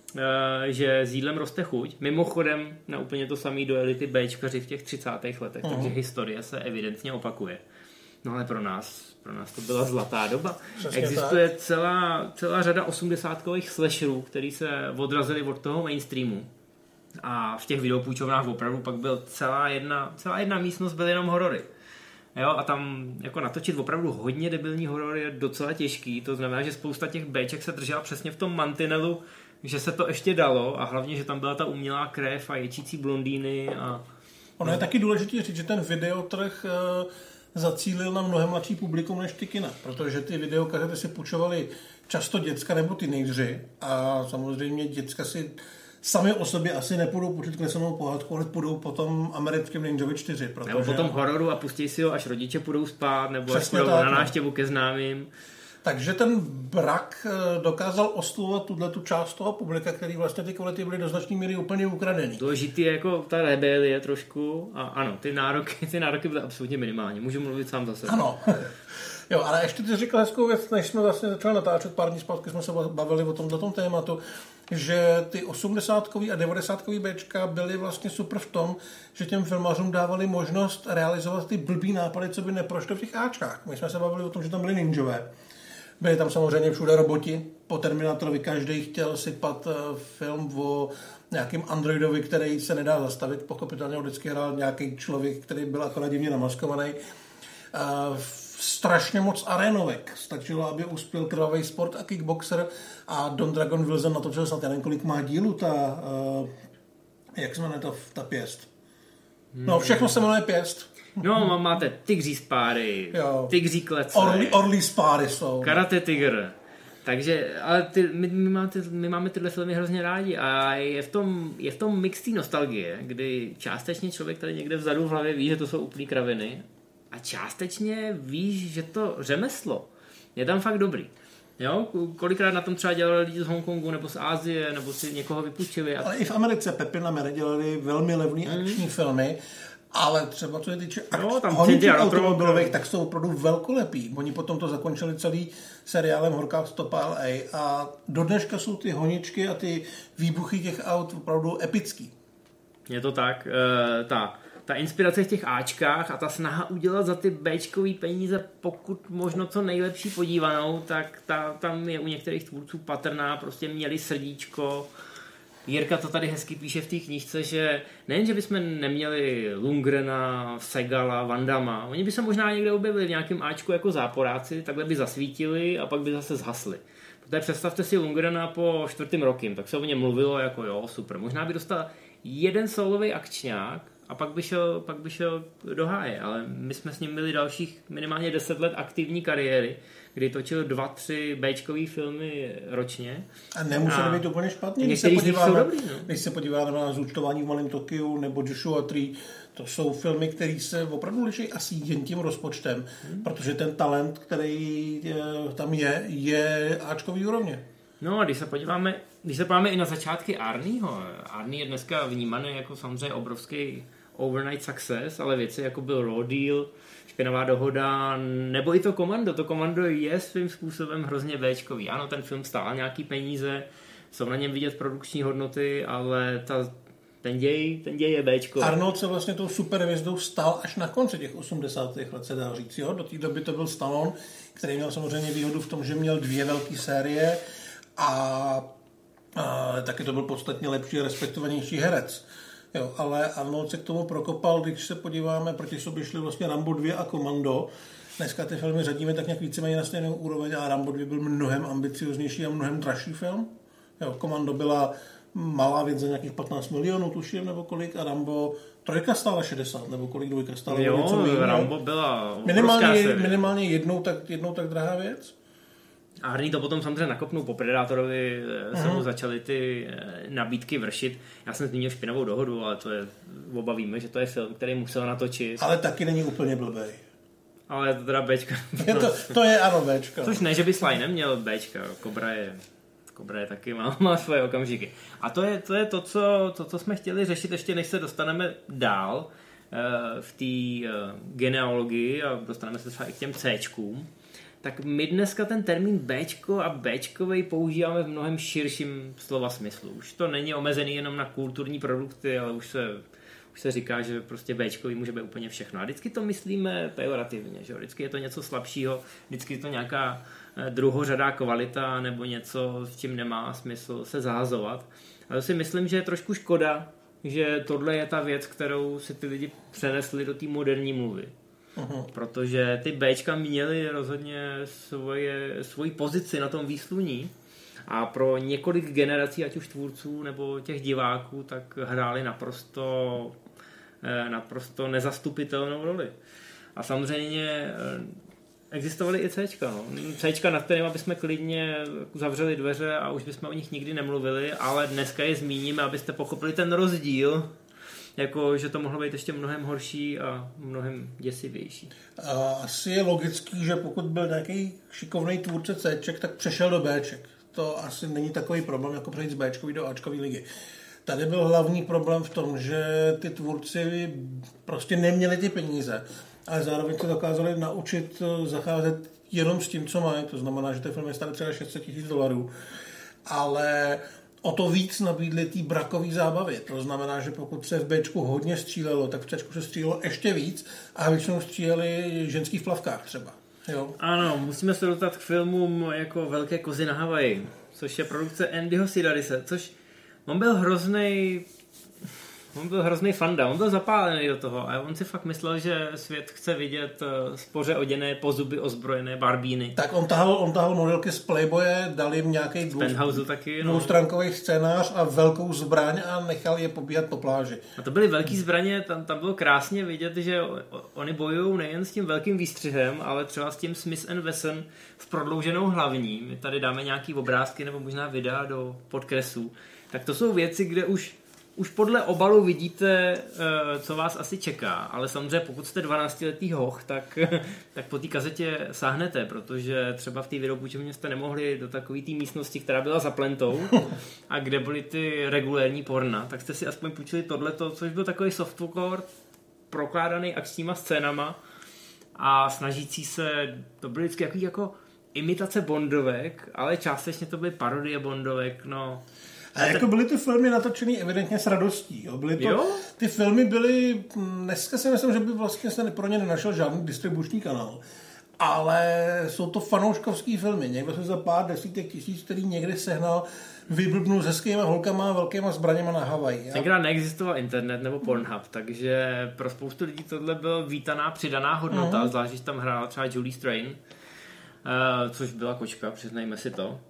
že s jídlem roste chuť. Mimochodem na úplně to samé dojeli ty béčkaři v těch třicátých letech, uh-huh. takže historie se evidentně opakuje. No ale pro nás, pro nás to byla zlatá doba. Přesně Existuje celá, celá řada osmdesátkových slasherů, který se odrazili od toho mainstreamu. A v těch videopůjčovnách opravdu pak byl celá jedna, celá jedna místnost byl jenom horory. Jo, a tam jako natočit opravdu hodně debilní horor je docela těžký, to znamená, že spousta těch béček se držela přesně v tom mantinelu, že se to ještě dalo a hlavně, že tam byla ta umělá krev a ječící blondýny. A... Ono je taky důležité říct, že ten videotrh zacílil na mnohem mladší publikum než ty kina, protože ty videokazety si půjčovali často děcka nebo teenageři a samozřejmě děcka si sami o sobě asi nepůjdou počít kreslenou pohádku, ale půjdou potom americkém Ninjovi čtyři. Protože... Nebo potom hororu a pustí si ho, až rodiče půjdou spát, nebo až půjdou na návštěvu ke známým. Takže ten brak dokázal oslovovat tuto část toho publika, který vlastně ty kvality byly do značné míry úplně ukradený. Důležitý je jako ta rebelie trošku a ano, ty nároky, ty nároky byly absolutně minimální. Můžu mluvit sám za sebe. Ano. Jo, ale ještě ty říkal hezkou věc, než jsme vlastně začali natáčet pár dní zpátky, jsme se bavili o tomto tom tématu, že ty osmdesátkový a devadesátkový béčka byly vlastně super v tom, že těm filmařům dávali možnost realizovat ty blbý nápady, co by neprošlo v těch áčkách. My jsme se bavili o tom, že tam byly ninjové. Byli tam samozřejmě všude roboti. Po Terminátorovi každý chtěl sypat film o nějakým androidovi, který se nedá zastavit. Pochopitelně ho vždycky hrál nějaký člověk, který byl akorát divně namaskovaný. Strašně moc arénovek. Stačilo, aby uspěl Krvavý sport a Kickboxer a Don Dragon Wilson natočil snad jen kolik má dílu ta, uh, jak se jmenuje ta, ta pěst. No, všechno se jmenuje pěst. No, máte Tygří spáry, Tygří klece, Orlí, orlí spáry jsou. Karate Tiger. Takže, ale ty, my, my, máme, my máme tyhle filmy hrozně rádi a je v tom, je v tom mix té nostalgie, kdy částečně člověk tady někde vzadu v hlavě ví, že to jsou úplný kraviny a částečně víš, že to řemeslo je tam fakt dobrý. Jo? Kolikrát na tom třeba dělali lidi z Hongkongu nebo z Asie, nebo si někoho vypůjčili. A... Ale i v Americe Pepi na Mere dělali velmi levný mm. akční filmy, ale třeba co je týče no, honitých automobilových, tak jsou opravdu velkolepí. Oni potom to zakončili celý seriálem Horká stopa L A a do dneška jsou ty honičky a ty výbuchy těch aut opravdu epický. Je to tak. E, ta, ta inspirace v těch áčkách a ta snaha udělat za ty béčkový peníze pokud možno co nejlepší podívanou, tak ta, tam je u některých tvůrců patrná, prostě měli srdíčko. Jirka to tady hezky píše v té knížce, že nejen, že bychom neměli Lundgrena, Segala, Van Damme, oni by se možná někde objevili v nějakém áčku jako záporáci, takhle by zasvítili a pak by zase zhasli. Protože představte si Lundgrena po čtvrtým rokem, tak se o něm mluvilo jako jo, super. Možná by dostal jeden solový akčňák a pak by šel, pak by šel do háje, ale my jsme s ním měli dalších minimálně deset let aktivní kariéry, kdy točil dva, tři béčkový filmy ročně. A nemuselo být úplně špatně, když se, podíváme, dobrý, no? když se podíváme na Zúčtování v Malém Tokiu nebo Joshua tři, to jsou filmy, které se opravdu liší asi jen tím rozpočtem, hmm. protože ten talent, který tam je, je áčkový úrovně. No a když se podíváme, když se podíváme i na začátky Arnieho, Arnie je dneska vnímaný jako samozřejmě obrovský overnight success, ale věci jako byl Raw Deal, Špinavá dohoda, nebo i to Komando. To Komando je svým způsobem hrozně béčkový. Ano, ten film stál nějaký peníze, jsou na něm vidět produkční hodnoty, ale ta, ten děj, ten děj je béčkový. Arnold se vlastně tou superhvězdou stal až na konci těch osmdesátých let, se dá říct. Jo? Do té doby to byl Stallone, který měl samozřejmě výhodu v tom, že měl dvě velké série a, a taky to byl podstatně lepší a respektovanější herec. Jo, ale Arnold se k tomu prokopal, když se podíváme, proti sobě šli vlastně Rambo dva a Komando. Dneska ty filmy řadíme tak nějak víceméně na stejnou úroveň a Rambo dva byl mnohem ambicioznější a mnohem dražší film. Jo, Komando byla malá věc za nějakých patnáct milionů, tuším, nebo kolik, a Rambo trojka stála šedesát, nebo kolik dvojka stála. Jo, něco mým, Rambo byla minimálně, minimálně jednou tak, jednou tak drahá věc. A Arnie to potom samozřejmě nakopnul po Predátorovi, uh-huh. se mu začaly ty nabídky vršit. Já jsem zmínil Špinavou dohodu, ale to je, oba víme, že to je film, který musel natočit. Ale taky není úplně blbej. Ale je to teda Bčka. Je to, to je ano Bčka. Což ne, že by Sly neměl Bčka. Cobra je, Cobra je taky, má, má svoje okamžiky. A to je to, je to, co, to, co jsme chtěli řešit, ještě než se dostaneme dál uh, v té uh, genealogii a dostaneme se třeba i k těm Cčkům. Tak my dneska ten termín Bčko a Bčkovej používáme v mnohem širším slova smyslu. Už to není omezený jenom na kulturní produkty, ale už se, už se říká, že prostě Bčkový může být úplně všechno. A vždycky to myslíme pejorativně, že? Vždycky je to něco slabšího, vždycky je to nějaká druhořadá kvalita nebo něco, s čím nemá smysl se zahazovat. Ale si myslím, že je trošku škoda, že tohle je ta věc, kterou si ty lidi přenesli do té moderní mluvy. Uhum. Protože ty Bčka měly rozhodně svoje, svoji pozici na tom výsluní a pro několik generací, ať už tvůrců nebo těch diváků, tak hráli naprosto, naprosto nezastupitelnou roli. A samozřejmě existovaly i Cčka. No. Cčka, nad kterýma bychom klidně zavřeli dveře a už bychom o nich nikdy nemluvili, ale dneska je zmíníme, abyste pochopili ten rozdíl, jako, že to mohlo být ještě mnohem horší a mnohem děsivější. Asi je logický, že pokud byl nějaký šikovný tvůrce Cček, tak přešel do Bček. To asi není takový problém, jako přejít z Bčkový do Ačkový ligy. Tady byl hlavní problém v tom, že ty tvůrci prostě neměli ty peníze, ale zároveň se dokázali naučit zacházet jenom s tím, co mají. To znamená, že ty filmy stály třeba šest set tisíc dolarů, ale o to víc nabídli té brakové zábavy. To znamená, že pokud se v Bčku hodně střílelo, tak v Cčku se střílelo ještě víc a většinou stříleli ženský v plavkách třeba. Jo? Ano, musíme se dostat k filmům jako Velké kozy na Havaji, což je produkce Andyho Sidarise, což on byl hroznej On byl hrozný fanda, on byl zapálený do toho a on si fakt myslel, že svět chce vidět spoře oděné, po zuby ozbrojené barbíny. Tak on tahal, on tahal modelky z Playboye, dal jim nějaký dvoustránkový no. scénář a velkou zbraň a nechal je pobíhat po pláži. A to byly velký zbraně, tam, tam bylo krásně vidět, že oni bojují nejen s tím velkým výstřihem, ale třeba s tím Smith and Wesson v prodlouženou hlavní. My tady dáme nějaký obrázky nebo možná videa do podkresů. Tak to jsou věci, kde už Už podle obalu vidíte, co vás asi čeká, ale samozřejmě pokud jste dvanáctiletý hoch, tak, tak po té kazetě sáhnete, protože třeba v té videopůjčovně jste nemohli do takové té místnosti, která byla za plentou a kde byly ty regulérní porna, tak jste si aspoň půjčili tohleto, což byl takový softcore prokládaný akčníma scénama a snažící se, to byly vždycky jaký jako imitace Bondovek, ale částečně to byly parodie Bondovek, no. A jako byly ty filmy natočený evidentně s radostí. Jo? Byly to, ty filmy byly, dneska si myslím, že by vlastně se pro ně nenašel žádný distribuční kanál. Ale jsou to fanouškovský filmy. Někdo se za pár desítek tisíc, který někdy sehnal, vyblbnul s hezkýma holkama a velkýma zbraněma na Havaji. Tenkrát neexistoval internet nebo Pornhub, takže pro spoustu lidí tohle byla vítaná přidaná hodnota, uh-huh. zvlášť, když tam hrála třeba Julie Strain, uh, což byla kočka, přiznejme si to.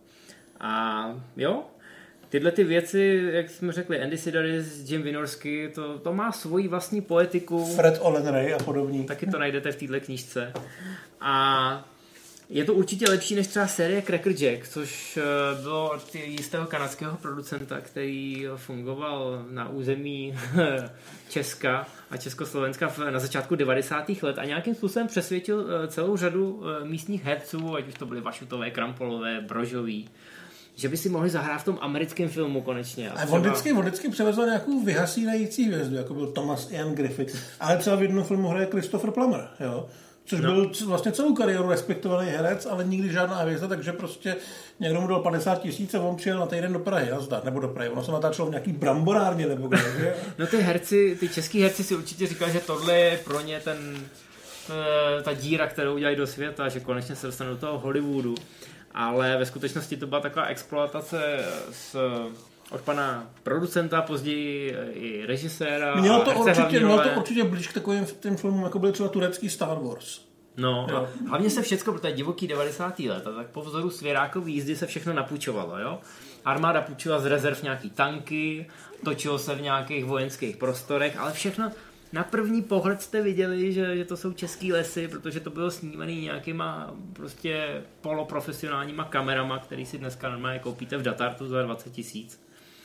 A jo, tyhle ty věci, jak jsme řekli, Andy Sidaris, Jim Wynorski, to, to má svoji vlastní poetiku. Fred Olen Ray a podobní. Taky to najdete v této knížce. A je to určitě lepší než třeba série Cracker Jack, což bylo od jistého kanadského producenta, který fungoval na území Česka a Československa na začátku devadesátých let a nějakým způsobem přesvědčil celou řadu místních herců, ať už to byly Vašutové, Krampolové, Brožoví, že by si mohli zahrát v tom americkém filmu konečně. A třeba... on, vždycky, on vždycky převezl nějakou vyhasínající hvězdu, jako byl Thomas Ian Griffith, ale třeba v jednom filmu hraje Christopher Plummer, jo? Což no. byl vlastně celou kariéru respektovaný herec, ale nikdy žádná hvězda, takže prostě někdo mu dal padesát tisíc a on přijel na týden do Prahy, nazdar, nebo do Prahy. Ono se natáčelo v nějaký bramborárně, nebo kde, že? No ty herci, ty český herci si určitě říkali, že tohle je pro ně ten, ta díra, kterou udělají do světa, že konečně se dostanou do toho Hollywoodu. Ale ve skutečnosti to byla taková exploatace s, od pana producenta, později i režiséra. Mělo to, určitě, mělo to určitě blíž k takovým těm filmům, jako byl třeba turecký Star Wars. No a hlavně se všecko, protože divoký devadesátá léta, tak po vzoru Svěrákový jízdy se všechno napůjčovalo, jo. Armáda půjčila z rezerv nějaký tanky, točilo se v nějakých vojenských prostorech, ale všechno na první pohled jste viděli, že, že to jsou český lesy, protože to bylo snímané nějakýma prostě poloprofesionálníma kamerama, který si dneska normálně koupíte v Datartu za dvacet tisíc.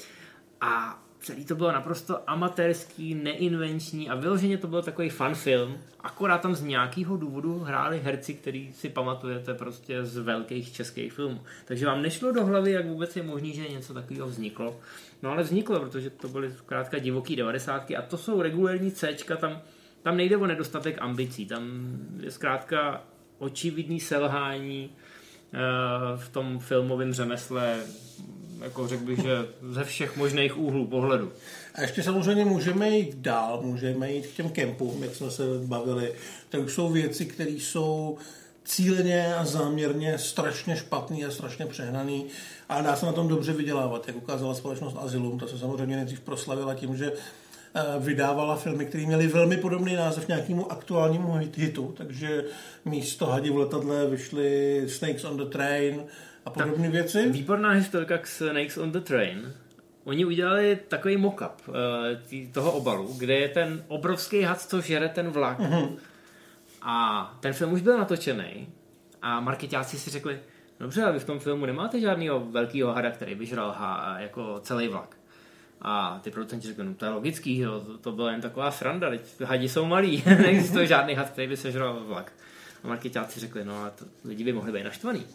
A celý to bylo naprosto amatérský, neinvenční a vyloženě to byl takový fun film, akorát tam z nějakého důvodu hráli herci, který si pamatujete prostě z velkých českých filmů. Takže vám nešlo do hlavy, jak vůbec je možný, že něco takového vzniklo. No ale vzniklo, protože to byly zkrátka divoký devadesátky a to jsou regulérní Cčka, tam, tam nejde o nedostatek ambicí, tam je zkrátka očividný selhání uh, v tom filmovém řemesle, jako řekl bych, že ze všech možných úhlů pohledu. A ještě samozřejmě můžeme jít dál, můžeme jít k těm kempům, jak jsme se bavili. To už jsou věci, které jsou cíleně a záměrně strašně špatný a strašně přehnaný, ale dá se na tom dobře vydělávat, jak ukázala společnost Asylum. Ta se samozřejmě nejdřív proslavila tím, že vydávala filmy, které měly velmi podobný název nějakému aktuálnímu hitu, takže místo Hadi v letadle vyšly Snakes on the Train a podobné věci. Výborná historka k Snakes on the Train. Oni udělali takový mock-up uh, tý, toho obalu, kde je ten obrovský had, co žere ten vlak. Mm-hmm. A ten film už byl natočený a marketáci si řekli, dobře, ale vy v tom filmu nemáte žádnýho velkýho hada, který by žral ha, jako celý vlak. A ty producenti řekli, no to je logický, jo, to, to byla jen taková sranda, teď hadi jsou malí, neexistuje žádný had, který by sežral vlak. A marketáci řekli, no a to, lidi by mohli být naštvaný.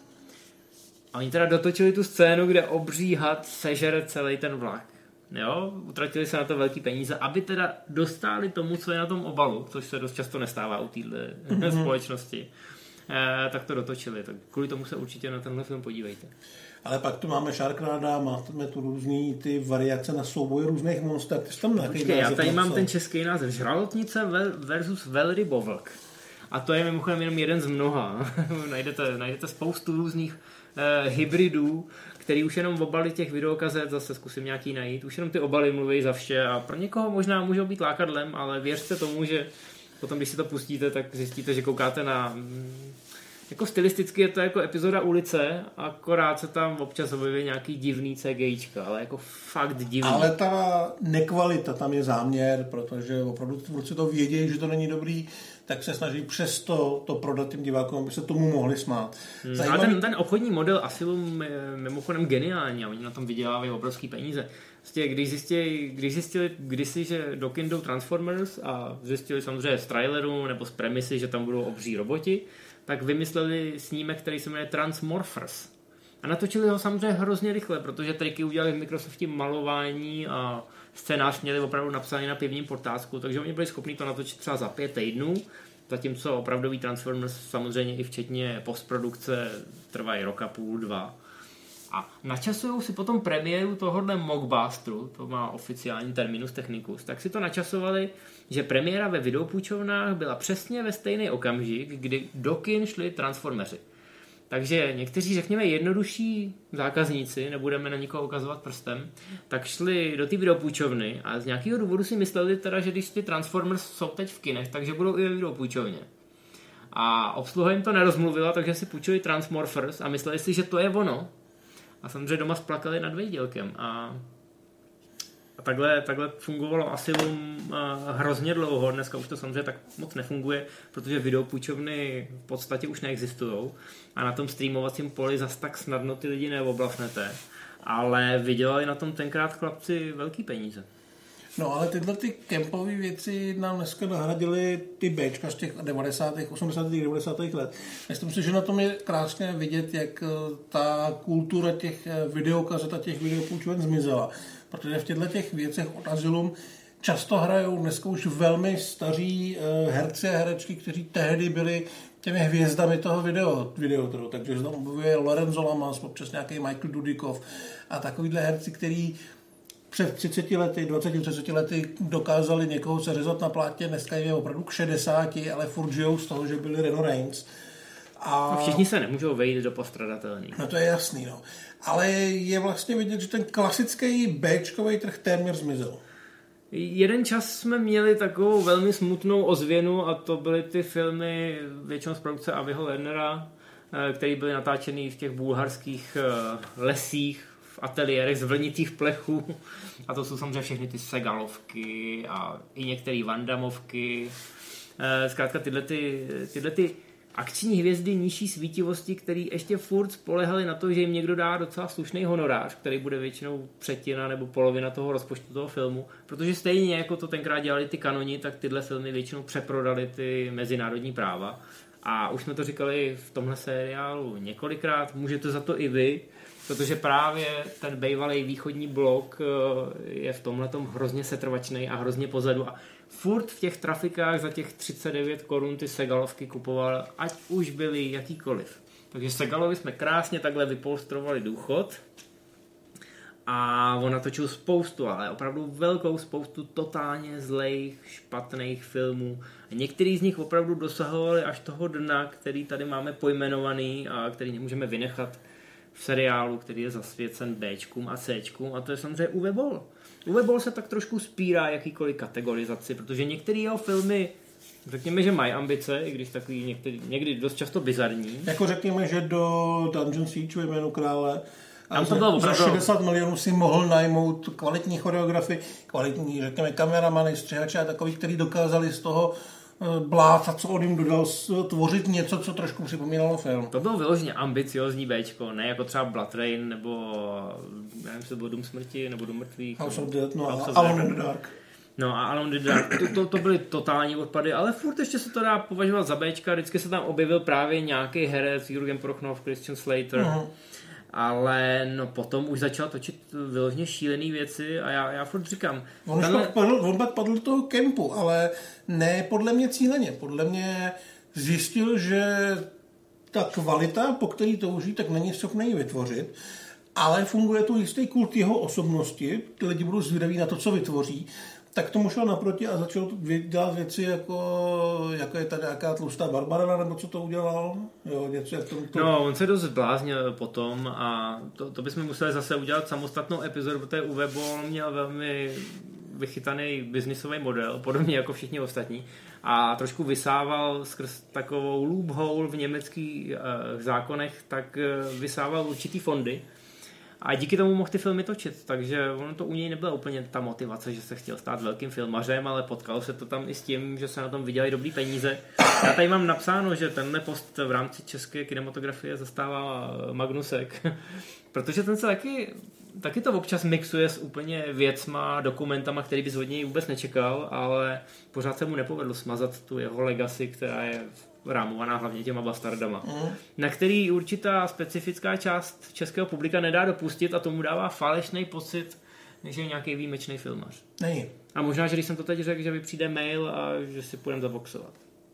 A oni teda dotočili tu scénu, kde obří had sežere celý ten vlak. Jo, utratili se na to velký peníze, aby teda dostali tomu, co je na tom obalu, což se dost často nestává u téhle mm-hmm. společnosti, eh, tak to dotočili. Tak kvůli tomu se určitě na tenhle film podívejte. Ale pak tu máme Sharknada, máme tu různý ty variace na souboj různých monster. Ty jsi tam nějaký Počkej, já tady mám ten český název. Žralotnice versus velrybovlk. A to je mimochodem jenom jeden z mnoha. najdete, najdete spoustu různých eh, hybridů, který už jenom obaly těch videokazet, zase zkusím nějaký najít, už jenom ty obaly mluví za vše a pro někoho možná můžou být lákadlem, ale věřte tomu, že potom, když si to pustíte, tak zjistíte, že koukáte na... Jako stylisticky je to jako epizoda Ulice, akorát se tam občas objeví nějaký divný CGIčka, ale jako fakt divný. Ale ta nekvalita, tam je záměr, protože opravdu tvůrci to vědějí, že to není dobrý, tak se snaží přesto to prodat těm divákům, aby se tomu mohli smát. Hmm, ale ten, ten obchodní model Asylum je mimochodem geniální a oni na tom vydělávají obrovský peníze. Vlastně, když zjistili, když zjistili kdysi, že do kin jdou Transformers a zjistili samozřejmě z traileru nebo z premisy, že tam budou obří roboti, tak vymysleli snímek, který se jmenuje Transmorphers. A natočili ho samozřejmě hrozně rychle, protože triky udělali v Microsofti malování a scénář měli opravdu napsaný na pivním portázku, takže oni byli schopni to natočit třeba za pět týdnů, zatímco opravdový Transformers samozřejmě i včetně postprodukce trvají roka půl, dva. A načasujou si potom premiéru tohohle mockbusteru, to má oficiální terminus technicus, tak si to načasovali, že premiéra ve videopůjčovnách byla přesně ve stejný okamžik, kdy do kin šli Transformeři. Takže někteří, řekněme, jednodušší zákazníci, nebudeme na nikoho ukazovat prstem, tak šli do té videopůjčovny a z nějakého důvodu si mysleli teda, že když ty Transformers jsou teď v kinech, takže budou i ve videopůjčovně. A obsluha jim to nerozmluvila, takže si půjčili Transmorphers a mysleli si, že to je ono. A samozřejmě doma splakali nad Vejdělkem. A, a takhle, takhle fungovalo Asylum hrozně dlouho. Dneska už to samozřejmě tak moc nefunguje, protože videopůjčovny v podstatě už neexistují. A na tom streamovacím poli zas tak snadno ty lidi neoblafnete. Ale vydělali na tom tenkrát chlapci velký peníze. No ale tyhle ty kempové věci nám dneska nahradily ty Bčka z těch devadesátých, osmdesátých, devadesátých let. Myslím si, že na tom je krásně vidět, jak ta kultura těch videokazet a těch videopůjčoven zmizela. Protože v těchto těch věcech od Asylum často hrajou dneska už velmi staří herci a herečky, kteří tehdy byli těmi hvězdami toho video, videotrhu. Takže se tam objevuje Lorenzo Lamas, občas nějaký Michael Dudikov a takovýhle herci, který před třiceti lety, dvaceti třiceti lety dokázali někoho seřezat na plátě, dneska je opravdu k šedesáti, ale furt žijou z toho, že byli Reno Reigns. A... No všichni se nemůžou vejít do postradatelných. No to je jasný, no. Ale je vlastně vidět, že ten klasický Bčkový trh téměř zmizel. Jeden čas jsme měli takovou velmi smutnou ozvěnu a to byly ty filmy většinou z produkce Aviho Lernera, které byly natáčeny v těch bulharských lesích, v ateliérech z vlnitých plechů. A to jsou samozřejmě všechny ty Segalovky a i některé Van Dammovky. Zkrátka tyhle, ty, tyhle ty akční hvězdy nižší svítivosti, které ještě furt spolehaly na to, že jim někdo dá docela slušný honorář, který bude většinou třetina nebo polovina toho rozpočtu toho filmu, protože stejně jako to tenkrát dělali ty kanoni, tak tyhle filmy většinou přeprodali ty mezinárodní práva. A už jsme to říkali v tomhle seriálu několikrát, můžete za to i vy, protože právě ten bývalý východní blok je v tomhletom hrozně setrvačný a hrozně pozadu a furt v těch trafikách za těch třicet devět korun ty Segalovky kupoval, ať už byly jakýkoliv. Takže Segalovi jsme krásně takhle vypolstrovali důchod a on natočil spoustu, ale opravdu velkou spoustu totálně zlejch, špatných filmů. A některý z nich opravdu dosahovali až toho dna, který tady máme pojmenovaný a který nemůžeme vynechat v seriálu, který je zasvěcen Bčkům a Cčkům, a to je samozřejmě Uwe Boll. Uwe Boll se tak trošku spírá jakýkoliv kategorizaci, protože některé jeho filmy, řekněme, že mají ambice, i když takový některý, někdy dost často bizarní. Jako řekněme, že do Dungeon Siege ve Jménu krále a to bylo za šedesát milionů si mohl najmout kvalitní choreografy, kvalitní, řekněme, kameramany, střihače a takových, kteří dokázali z toho bláta, co on jim dodal, tvořit něco, co trošku připomínalo film. To bylo vyloženě ambiciozní Bčko, ne jako třeba Blood Rain, nebo nevím, jestli to bylo Dům smrti, nebo Dům mrtvých. House of Dead, no a Alone in the Dark. No a Alone in the Dark, to, to, to byly totální odpady, ale furt ještě se to dá považovat za Bčka, vždycky se tam objevil právě nějaký herec, Jürgen Prochnov, Christian Slater, uh-huh. Ale no potom už začal točit vyloženě šílený věci a já, já furt říkám... On, tenhle... pak padl, on pak padl do toho kempu, ale ne podle mě cíleně. Podle mě zjistil, že ta kvalita, po který touží, tak není schopný ji vytvořit, ale funguje tu jistý kult jeho osobnosti, ty lidi budou zvědaví na to, co vytvoří, tak tomu šel naproti a začal dělat věci jako, jako je tady nějaká tlustá Barbara, nebo co to udělal. Jo, něco jak to, to... No, on se dost zbláznil potom a to, to bychom museli zase udělat samostatnou epizodu, protože Uwe Boll měl velmi vychytaný biznisový model, podobně jako všichni ostatní, a trošku vysával skrz takovou loophole v německých uh, zákonech, tak uh, vysával určitý fondy. A díky tomu mohl ty filmy točit, takže ono to u něj nebyla úplně ta motivace, že se chtěl stát velkým filmařem, ale potkalo se to tam i s tím, že se na tom vydělají dobrý peníze. Já tady mám napsáno, že tenhle post v rámci české kinematografie zastává Magnusek, protože ten se taky, taky to občas mixuje s úplně věcma, dokumentama, který bys od něj vůbec nečekal, ale pořád se mu nepovedlo smazat tu jeho legacy, která je rámovaná hlavně těma bastardama, mm. na který určitá specifická část českého publika nedá dopustit a tomu dává falešný pocit, že je nějaký výjimečný filmař. Není. A možná, že když jsem to teď řekl, že mi přijde mail a že si půjdeme zaboxovat.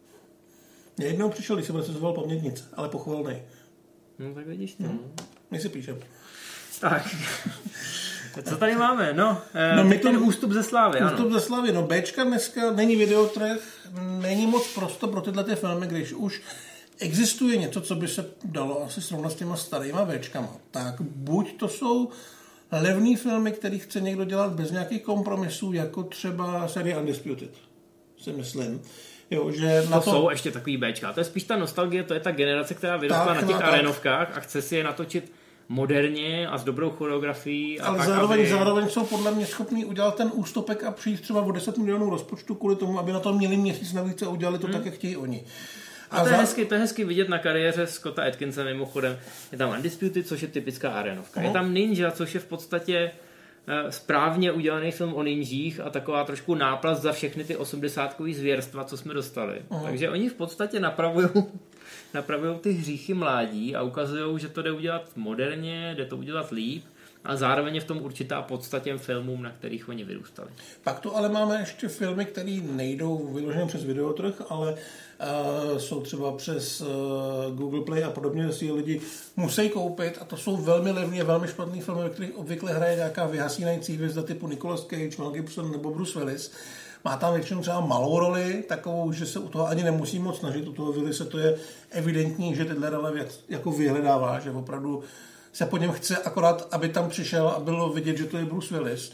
Mě jednou přišel, když jsem recenzoval Pamětnice, ale pochvalnej. No tak vidíš to. Mm. My si píšem. Tak. Co tady máme? No, no my ten ústup ze slávy. Ústup ano. ze slávy. No, Bčka dneska není videotrh, není moc prosto pro tyhle ty filmy, když už existuje něco, co by se dalo asi srovnat s těma starýma Bčkama. Tak buď to jsou levný filmy, který chce někdo dělat bez nějakých kompromisů, jako třeba série Undisputed, si myslím. Jo, že to, na to jsou ještě takový Bčka. To je spíš ta nostalgie, to je ta generace, která vyrostla na těch arénovkách a chce si je natočit moderně a s dobrou choreografií. A ale tak, zároveň, aby... zároveň jsou podle mě schopní udělat ten ústupek a přijít třeba o deset milionů rozpočtu kvůli tomu, aby na to měli měsíc navíc a udělali to hmm. tak, jak chtějí oni. A, a to, je za... hezky, to je hezky vidět na kariéře Scotta Atkinse mimochodem. Je tam Undisputed, což je typická arénovka. Hmm. Je tam Ninja, což je v podstatě správně udělaný film o ninjích a taková trošku náplast za všechny ty osmdesátkový zvěrstva, co jsme dostali. Uh-huh. Takže oni v podstatě napravují napravují ty hříchy mládí a ukazují, že to jde udělat moderně, jde to udělat líp a zároveň je v tom určitá podstata těm filmům, na kterých oni vyrůstali. Pak tu ale máme ještě filmy, které nejdou vyloženě přes videotrh, ale uh, jsou třeba přes uh, Google Play a podobně, si lidi musí koupit a to jsou velmi levné, velmi špatné filmy, ve kterých obvykle hraje nějaká vyhasínající hvězda typu Nicolas Cage, Mel Gibson nebo Bruce Willis. Má tam většinou třeba malou roli, takovou, že se u toho ani nemusí moc snažit. U toho Willise to je evidentní, že tyhle role věc jako vyhledává, že opravdu se po něm chce akorát, aby tam přišel a bylo vidět, že to je Bruce Willis.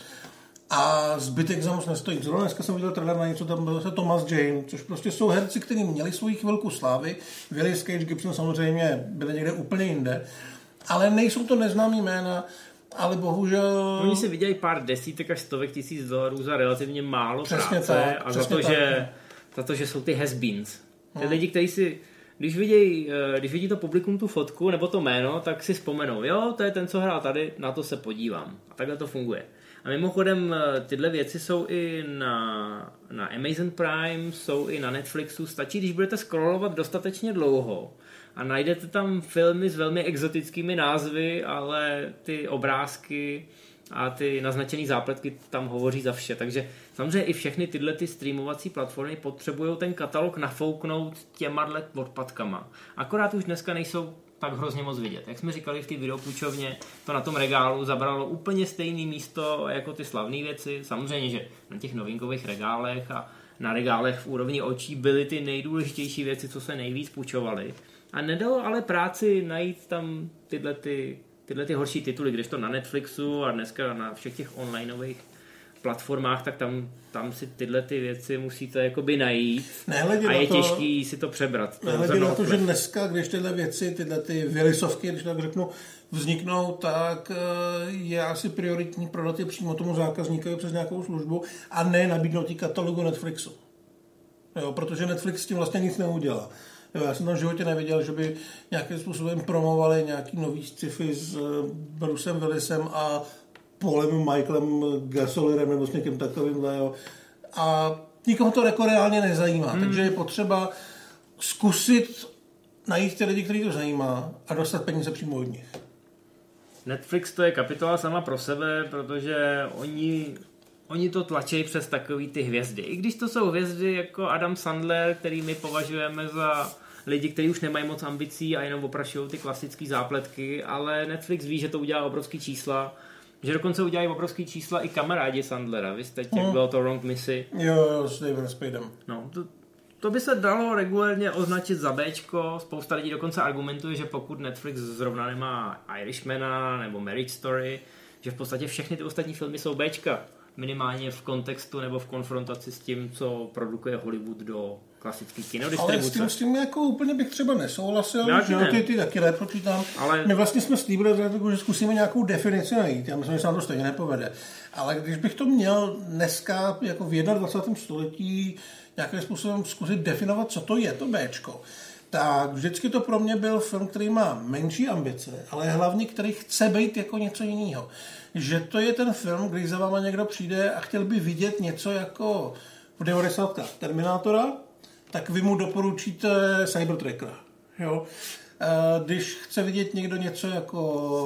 A zbytek za moc nestojí. Zrovna dneska jsem viděl trailer na něco, tam byl zase Thomas Jane, což prostě jsou herci, kteří měli svoji chvilku slávy. Willis, Cage, Gibson samozřejmě byli někde úplně jinde. Ale nejsou to neznámý jména, ale bohužel... Oni si vydělají pár desítek až stovek tisíc dolarů za relativně málo přesně práce tak, a za to, tak, že, za to, že jsou ty has-beens. Ty hmm. lidi, kteří si, když vidí, když vidí to publikum tu fotku nebo to jméno, tak si vzpomenou, jo, to je ten, co hrál tady, na to se podívám. A takhle to funguje. A mimochodem tyhle věci jsou i na, na Amazon Prime, jsou i na Netflixu. Stačí, když budete scrollovat dostatečně dlouho a najdete tam filmy s velmi exotickými názvy, ale ty obrázky a ty naznačené zápletky tam hovoří za vše. Takže samozřejmě i všechny tyhle ty streamovací platformy potřebují ten katalog nafouknout těma odpadkama. Akorát už dneska nejsou tak hrozně moc vidět. Jak jsme říkali v té videopůjčovně, to na tom regálu zabralo úplně stejné místo jako ty slavné věci. Samozřejmě, že na těch novinkových regálech a na regálech v úrovni očí byly ty nejdůležitější věci, co se nejvíc půjčovaly. A nedalo ale práci najít tam tyhle, ty, tyhle ty horší tituly, kdežto na Netflixu a dneska na všech těch onlineových platformách, tak tam, tam si tyhle ty věci musíte jakoby najít Nehledě a je to, těžký si to přebrat. Nehledě na to, že dneska, když tyhle věci, tyhle ty Willisovky, když tak řeknu, vzniknou, tak je asi prioritní prodat je přímo tomu zákazníkovi přes nějakou službu a ne nabídnout jí katalogu Netflixu. Jo, protože Netflix s tím vlastně nic neudělá. Jo, já jsem tam v životě neviděl, že by nějakým způsobem promovali nějaký nový sci-fi s Brucem Willisem a Paulem Michaelem Gasolerem nebo s někým takovýmhle. Jo. A nikoho to jako reálně nezajímá. Hmm. Takže je potřeba zkusit najít ty lidi, který to zajímá a dostat peníze přímo od nich. Netflix to je kapitola sama pro sebe, protože oni, oni to tlačí přes takový ty hvězdy. I když to jsou hvězdy jako Adam Sandler, který my považujeme za lidi, kteří už nemají moc ambicí a jenom oprašují ty klasické zápletky, ale Netflix ví, že to udělá obrovský čísla, že dokonce udělají obrovský čísla i kamarádi Sandlera. Vy jste těch, hmm. bylo to Wrong Missy. Jo, jo, s Davidem Spadem. No, to, to by se dalo regulérně označit za Bčko. Spousta lidí dokonce argumentuje, že pokud Netflix zrovna nemá Irishmana nebo Marriage Story, že v podstatě všechny ty ostatní filmy jsou Bčka. Minimálně v kontextu nebo v konfrontaci s tím, co produkuje Hollywood do klasický kinodistribuce. Ale s tím, s tím jako úplně bych třeba nesouhlasil, já že ty, ty taky nepočítám. Ale... My vlastně jsme slíbili, že zkusíme nějakou definici najít. Já myslím, že se nám to stejně nepovede. Ale když bych to měl dneska jako v dvacátém prvním století nějakým způsobem zkusit definovat, co to je to Bčko, tak vždycky to pro mě byl film, který má menší ambice, ale hlavně který chce být jako něco jiného. Že to je ten film, když za váma někdo přijde a chtěl by vidět něco jako v devadesátkách Terminátora, tak vy mu doporučíte Cybertrackera. Jo? Když chce vidět někdo něco jako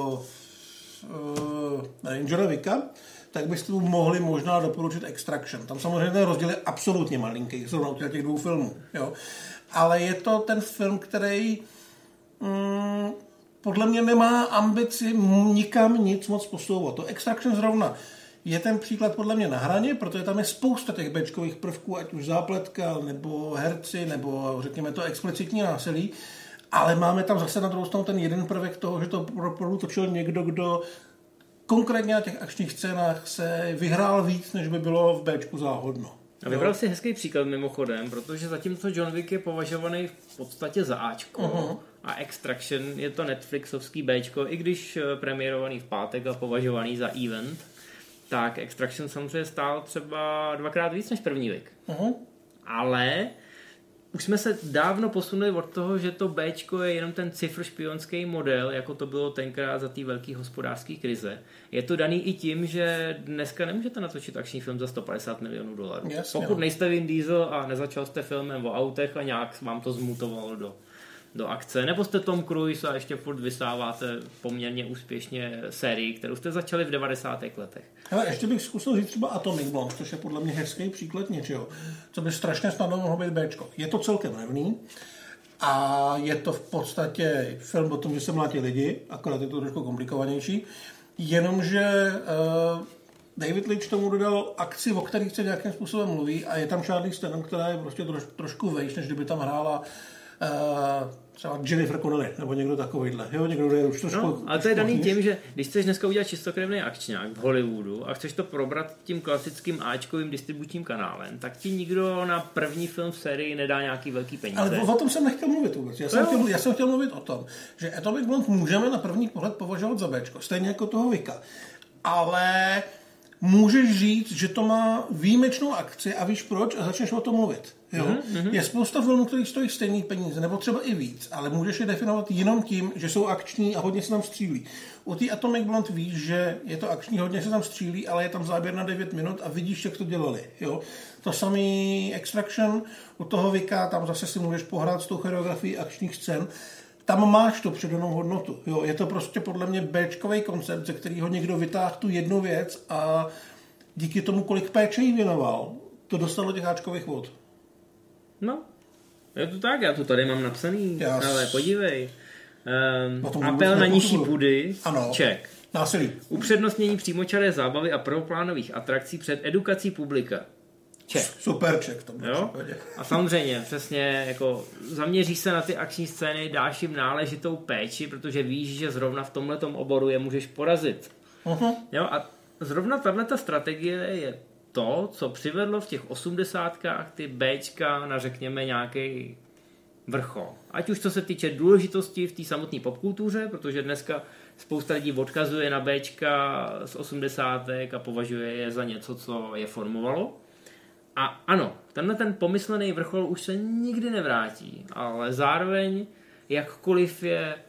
uh, Rangera Vicka, tak byste mu mohli možná doporučit Extraction. Tam samozřejmě ten rozdíl je absolutně malinký, zrovna u těch dvou filmů. Jo? Ale je to ten film, který mm, podle mě nemá ambici nikam nic moc posouvat. To Extraction zrovna je ten příklad podle mě na hraně, protože tam je spousta těch bečkových prvků, ať už zápletka, nebo herci, nebo řekněme to explicitní násilí, ale máme tam zase na druhou stranu ten jeden prvek toho, že to opravdu točil někdo, kdo konkrétně na těch akčních scénách se vyhrál víc, než by bylo v Bčku záhodno. A vybral si hezký příklad mimochodem, protože zatímco John Wick je považovaný v podstatě za Ačko uh-huh. a Extraction je to Netflixovský Bčko, i když premiérovaný v pátek a považovaný za event, tak Extraction samozřejmě stál třeba dvakrát víc než první Wick. Uh-huh. Ale už jsme se dávno posunuli od toho, že to Bčko je jenom ten cifr špionský model, jako to bylo tenkrát za té velké hospodářské krize. Je to daný i tím, že dneska nemůžete natočit akční film za sto padesát milionů dolarů. Jasně, Pokud no. nejste Vin Diesel a nezačal jste filmem o autech a nějak vám to zmutovalo do, do akce, nebo jste Tom Cruise a ještě furt vysáváte poměrně úspěšně sérii, kterou jste začali v devadesátých letech. Hele, ještě bych zkusil říct třeba Atomic Blonde, což je podle mě hezký příklad něčeho, co by strašně snadno mohlo být Bčko. Je to celkem levný a je to v podstatě film o tom, že se mlátí lidi, akorát je to trošku komplikovanější, jenomže uh, David Leitch tomu dodal akci, o kterých se nějakým způsobem mluví a je tam Charlize Theron, která je prostě troš, trošku vejš, než kdyby tam hrála uh, třeba Jennifer Connelly, nebo někdo takovýhle. Jo, někdo je už trošku... No, ale to je daný tím, že když chceš dneska udělat čistokrevný akčňák v Hollywoodu a chceš to probrat tím klasickým áčkovým distribučním kanálem, tak ti nikdo na první film v sérii nedá nějaký velký peníze. Ale o tom jsem nechtěl mluvit vůbec. Já jsem, chtěl, já jsem chtěl mluvit o tom, že Atomic Blonde můžeme na první pohled považovat za Bčko, stejně jako toho Vika. Ale můžeš říct, že to má výjimečnou akci a víš proč a začneš o tom mluvit. Jo? Mm-hmm. Je spousta filmů, který stojí stejný peníze, nebo třeba i víc, ale můžeš je definovat jenom tím, že jsou akční a hodně se tam střílí. U té Atomic Blonde víš, že je to akční, hodně se tam střílí, ale je tam záběr na devět minut a vidíš, jak to dělali. Jo? To samý Extraction, u toho Vika, tam zase si můžeš pohrát s tou choreografií akčních scén. Tam máš tu přidanou hodnotu. Jo? Je to prostě podle mě Bčkovej koncept, ze kterého někdo vytáhl tu jednu věc a díky tomu, kolik péče jí věnoval, to dostalo těch áčkových vod. No, je to tak, já to tady mám napsaný, Jas. ale podívej. Um, apel na nižší půdy, check. Násilí. Upřednostnění přímočaré zábavy a prvoplánových atrakcí před edukací publika. Check. Super check to bylo. A samozřejmě, přesně, jako zaměří se na ty akční scény, dáš jim náležitou péči, protože víš, že zrovna v tomhletom oboru je můžeš porazit. Uh-huh. Jo, a zrovna tato strategie je to, co přivedlo v těch osmdesátkách ty Bčka na, řekněme, nějaký vrchol. Ať už co se týče důležitosti v té samotné popkultuře, protože dneska spousta lidí odkazuje na Bčka z osmdesátek a považuje je za něco, co je formovalo. A ano, tenhle ten pomyslený vrchol už se nikdy nevrátí, ale zároveň jakkoliv je e,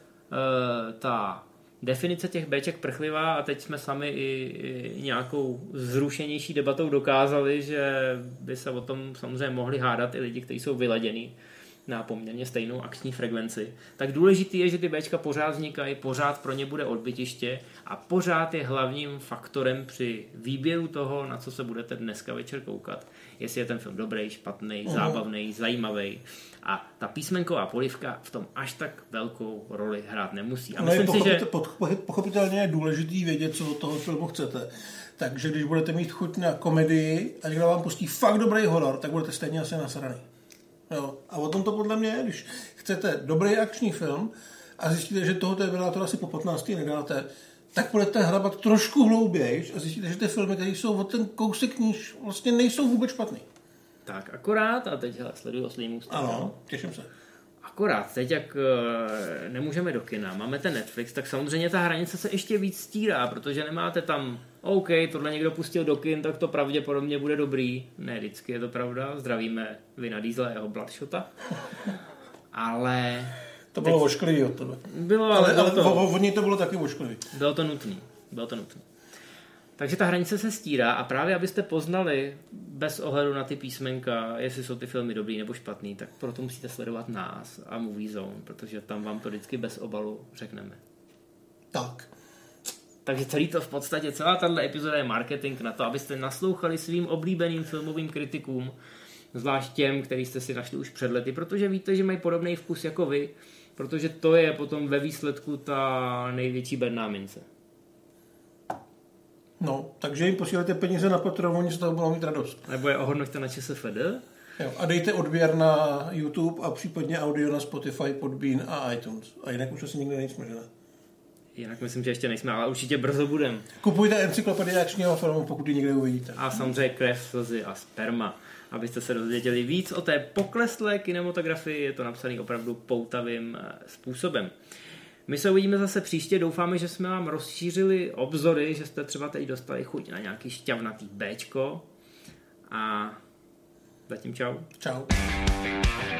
ta definice těch Bček prchlivá a teď jsme sami i, i nějakou zrušenější debatou dokázali, že by se o tom samozřejmě mohli hádat i lidi, kteří jsou vyladění na poměrně stejnou akční frekvenci. Tak důležitý je, že ty Bčka pořád vznikají, pořád pro ně bude odbytiště a pořád je hlavním faktorem při výběru toho, na co se budete dneska večer koukat. Jestli je ten film dobrý, špatný, uh-huh. zábavný, zajímavý. A ta písmenková polivka v tom až tak velkou roli hrát nemusí. A no myslím si, že... Pochopitelně je důležitý vědět, co od toho filmu chcete. Takže když budete mít chuť na komedii a někdo vám pustí fakt dobrý horor, tak budete stejně asi nasraný. Jo. A o tom to podle mě je, když chcete dobrý akční film a zjistíte, že toho Terminátora asi po patnácti nedáte, tak budete hrabat trošku hlouběji a zjistíte, že ty filmy, které jsou od ten kousek níž, vlastně nejsou vůbec špatný. Tak akorát, a teď hele, sleduju oslý můstek. Ano, těším se. Akorát teď, jak e, nemůžeme do kina, máme ten Netflix, tak samozřejmě ta hranice se ještě víc stírá, protože nemáte tam OK, tohle někdo pustil do kin, tak to pravděpodobně bude dobrý. Ne, vždycky je to pravda, zdravíme Vina Diesela a jeho Bloodshota. Ale... To bylo ošklivý od tebe. Bylo, ale, ale, ale to, od ní to bylo taky ošklivý. Bylo to nutný, bylo to nutný. Takže ta hranice se stírá a právě abyste poznali bez ohledu na ty písmenka, jestli jsou ty filmy dobrý nebo špatný, tak proto musíte sledovat nás a Movie Zone, protože tam vám to vždycky bez obalu řekneme. Tak. Takže celý to v podstatě, celá tato epizoda je marketing na to, abyste naslouchali svým oblíbeným filmovým kritikům, zvlášť těm, který jste si našli už před lety, protože víte, že mají podobný vkus jako vy, protože to je potom ve výsledku ta největší berná mince. No, takže jim posílejte peníze na Patreon, oni z toho budou mít radost. Nebo je ohodnoťte na ČSFD. Jo, a dejte odběr na YouTube a případně audio na Spotify, Podbean a iTunes. A jinak už asi nikdy nejsme, že ne? Jinak myslím, že ještě nejsme, ale určitě brzo budem. Kupujte encyklopedii akčního filmu, pokud ji někde uvidíte. A samozřejmě Krev, slzy a sperma. Abyste se dozvěděli víc o té pokleslé kinematografii, je to napsané opravdu poutavým způsobem. My se uvidíme zase příště, doufáme, že jsme vám rozšířili obzory, že jste třeba teď dostali chuť na nějaký šťavnatý Bčko. A zatím čau. Čau.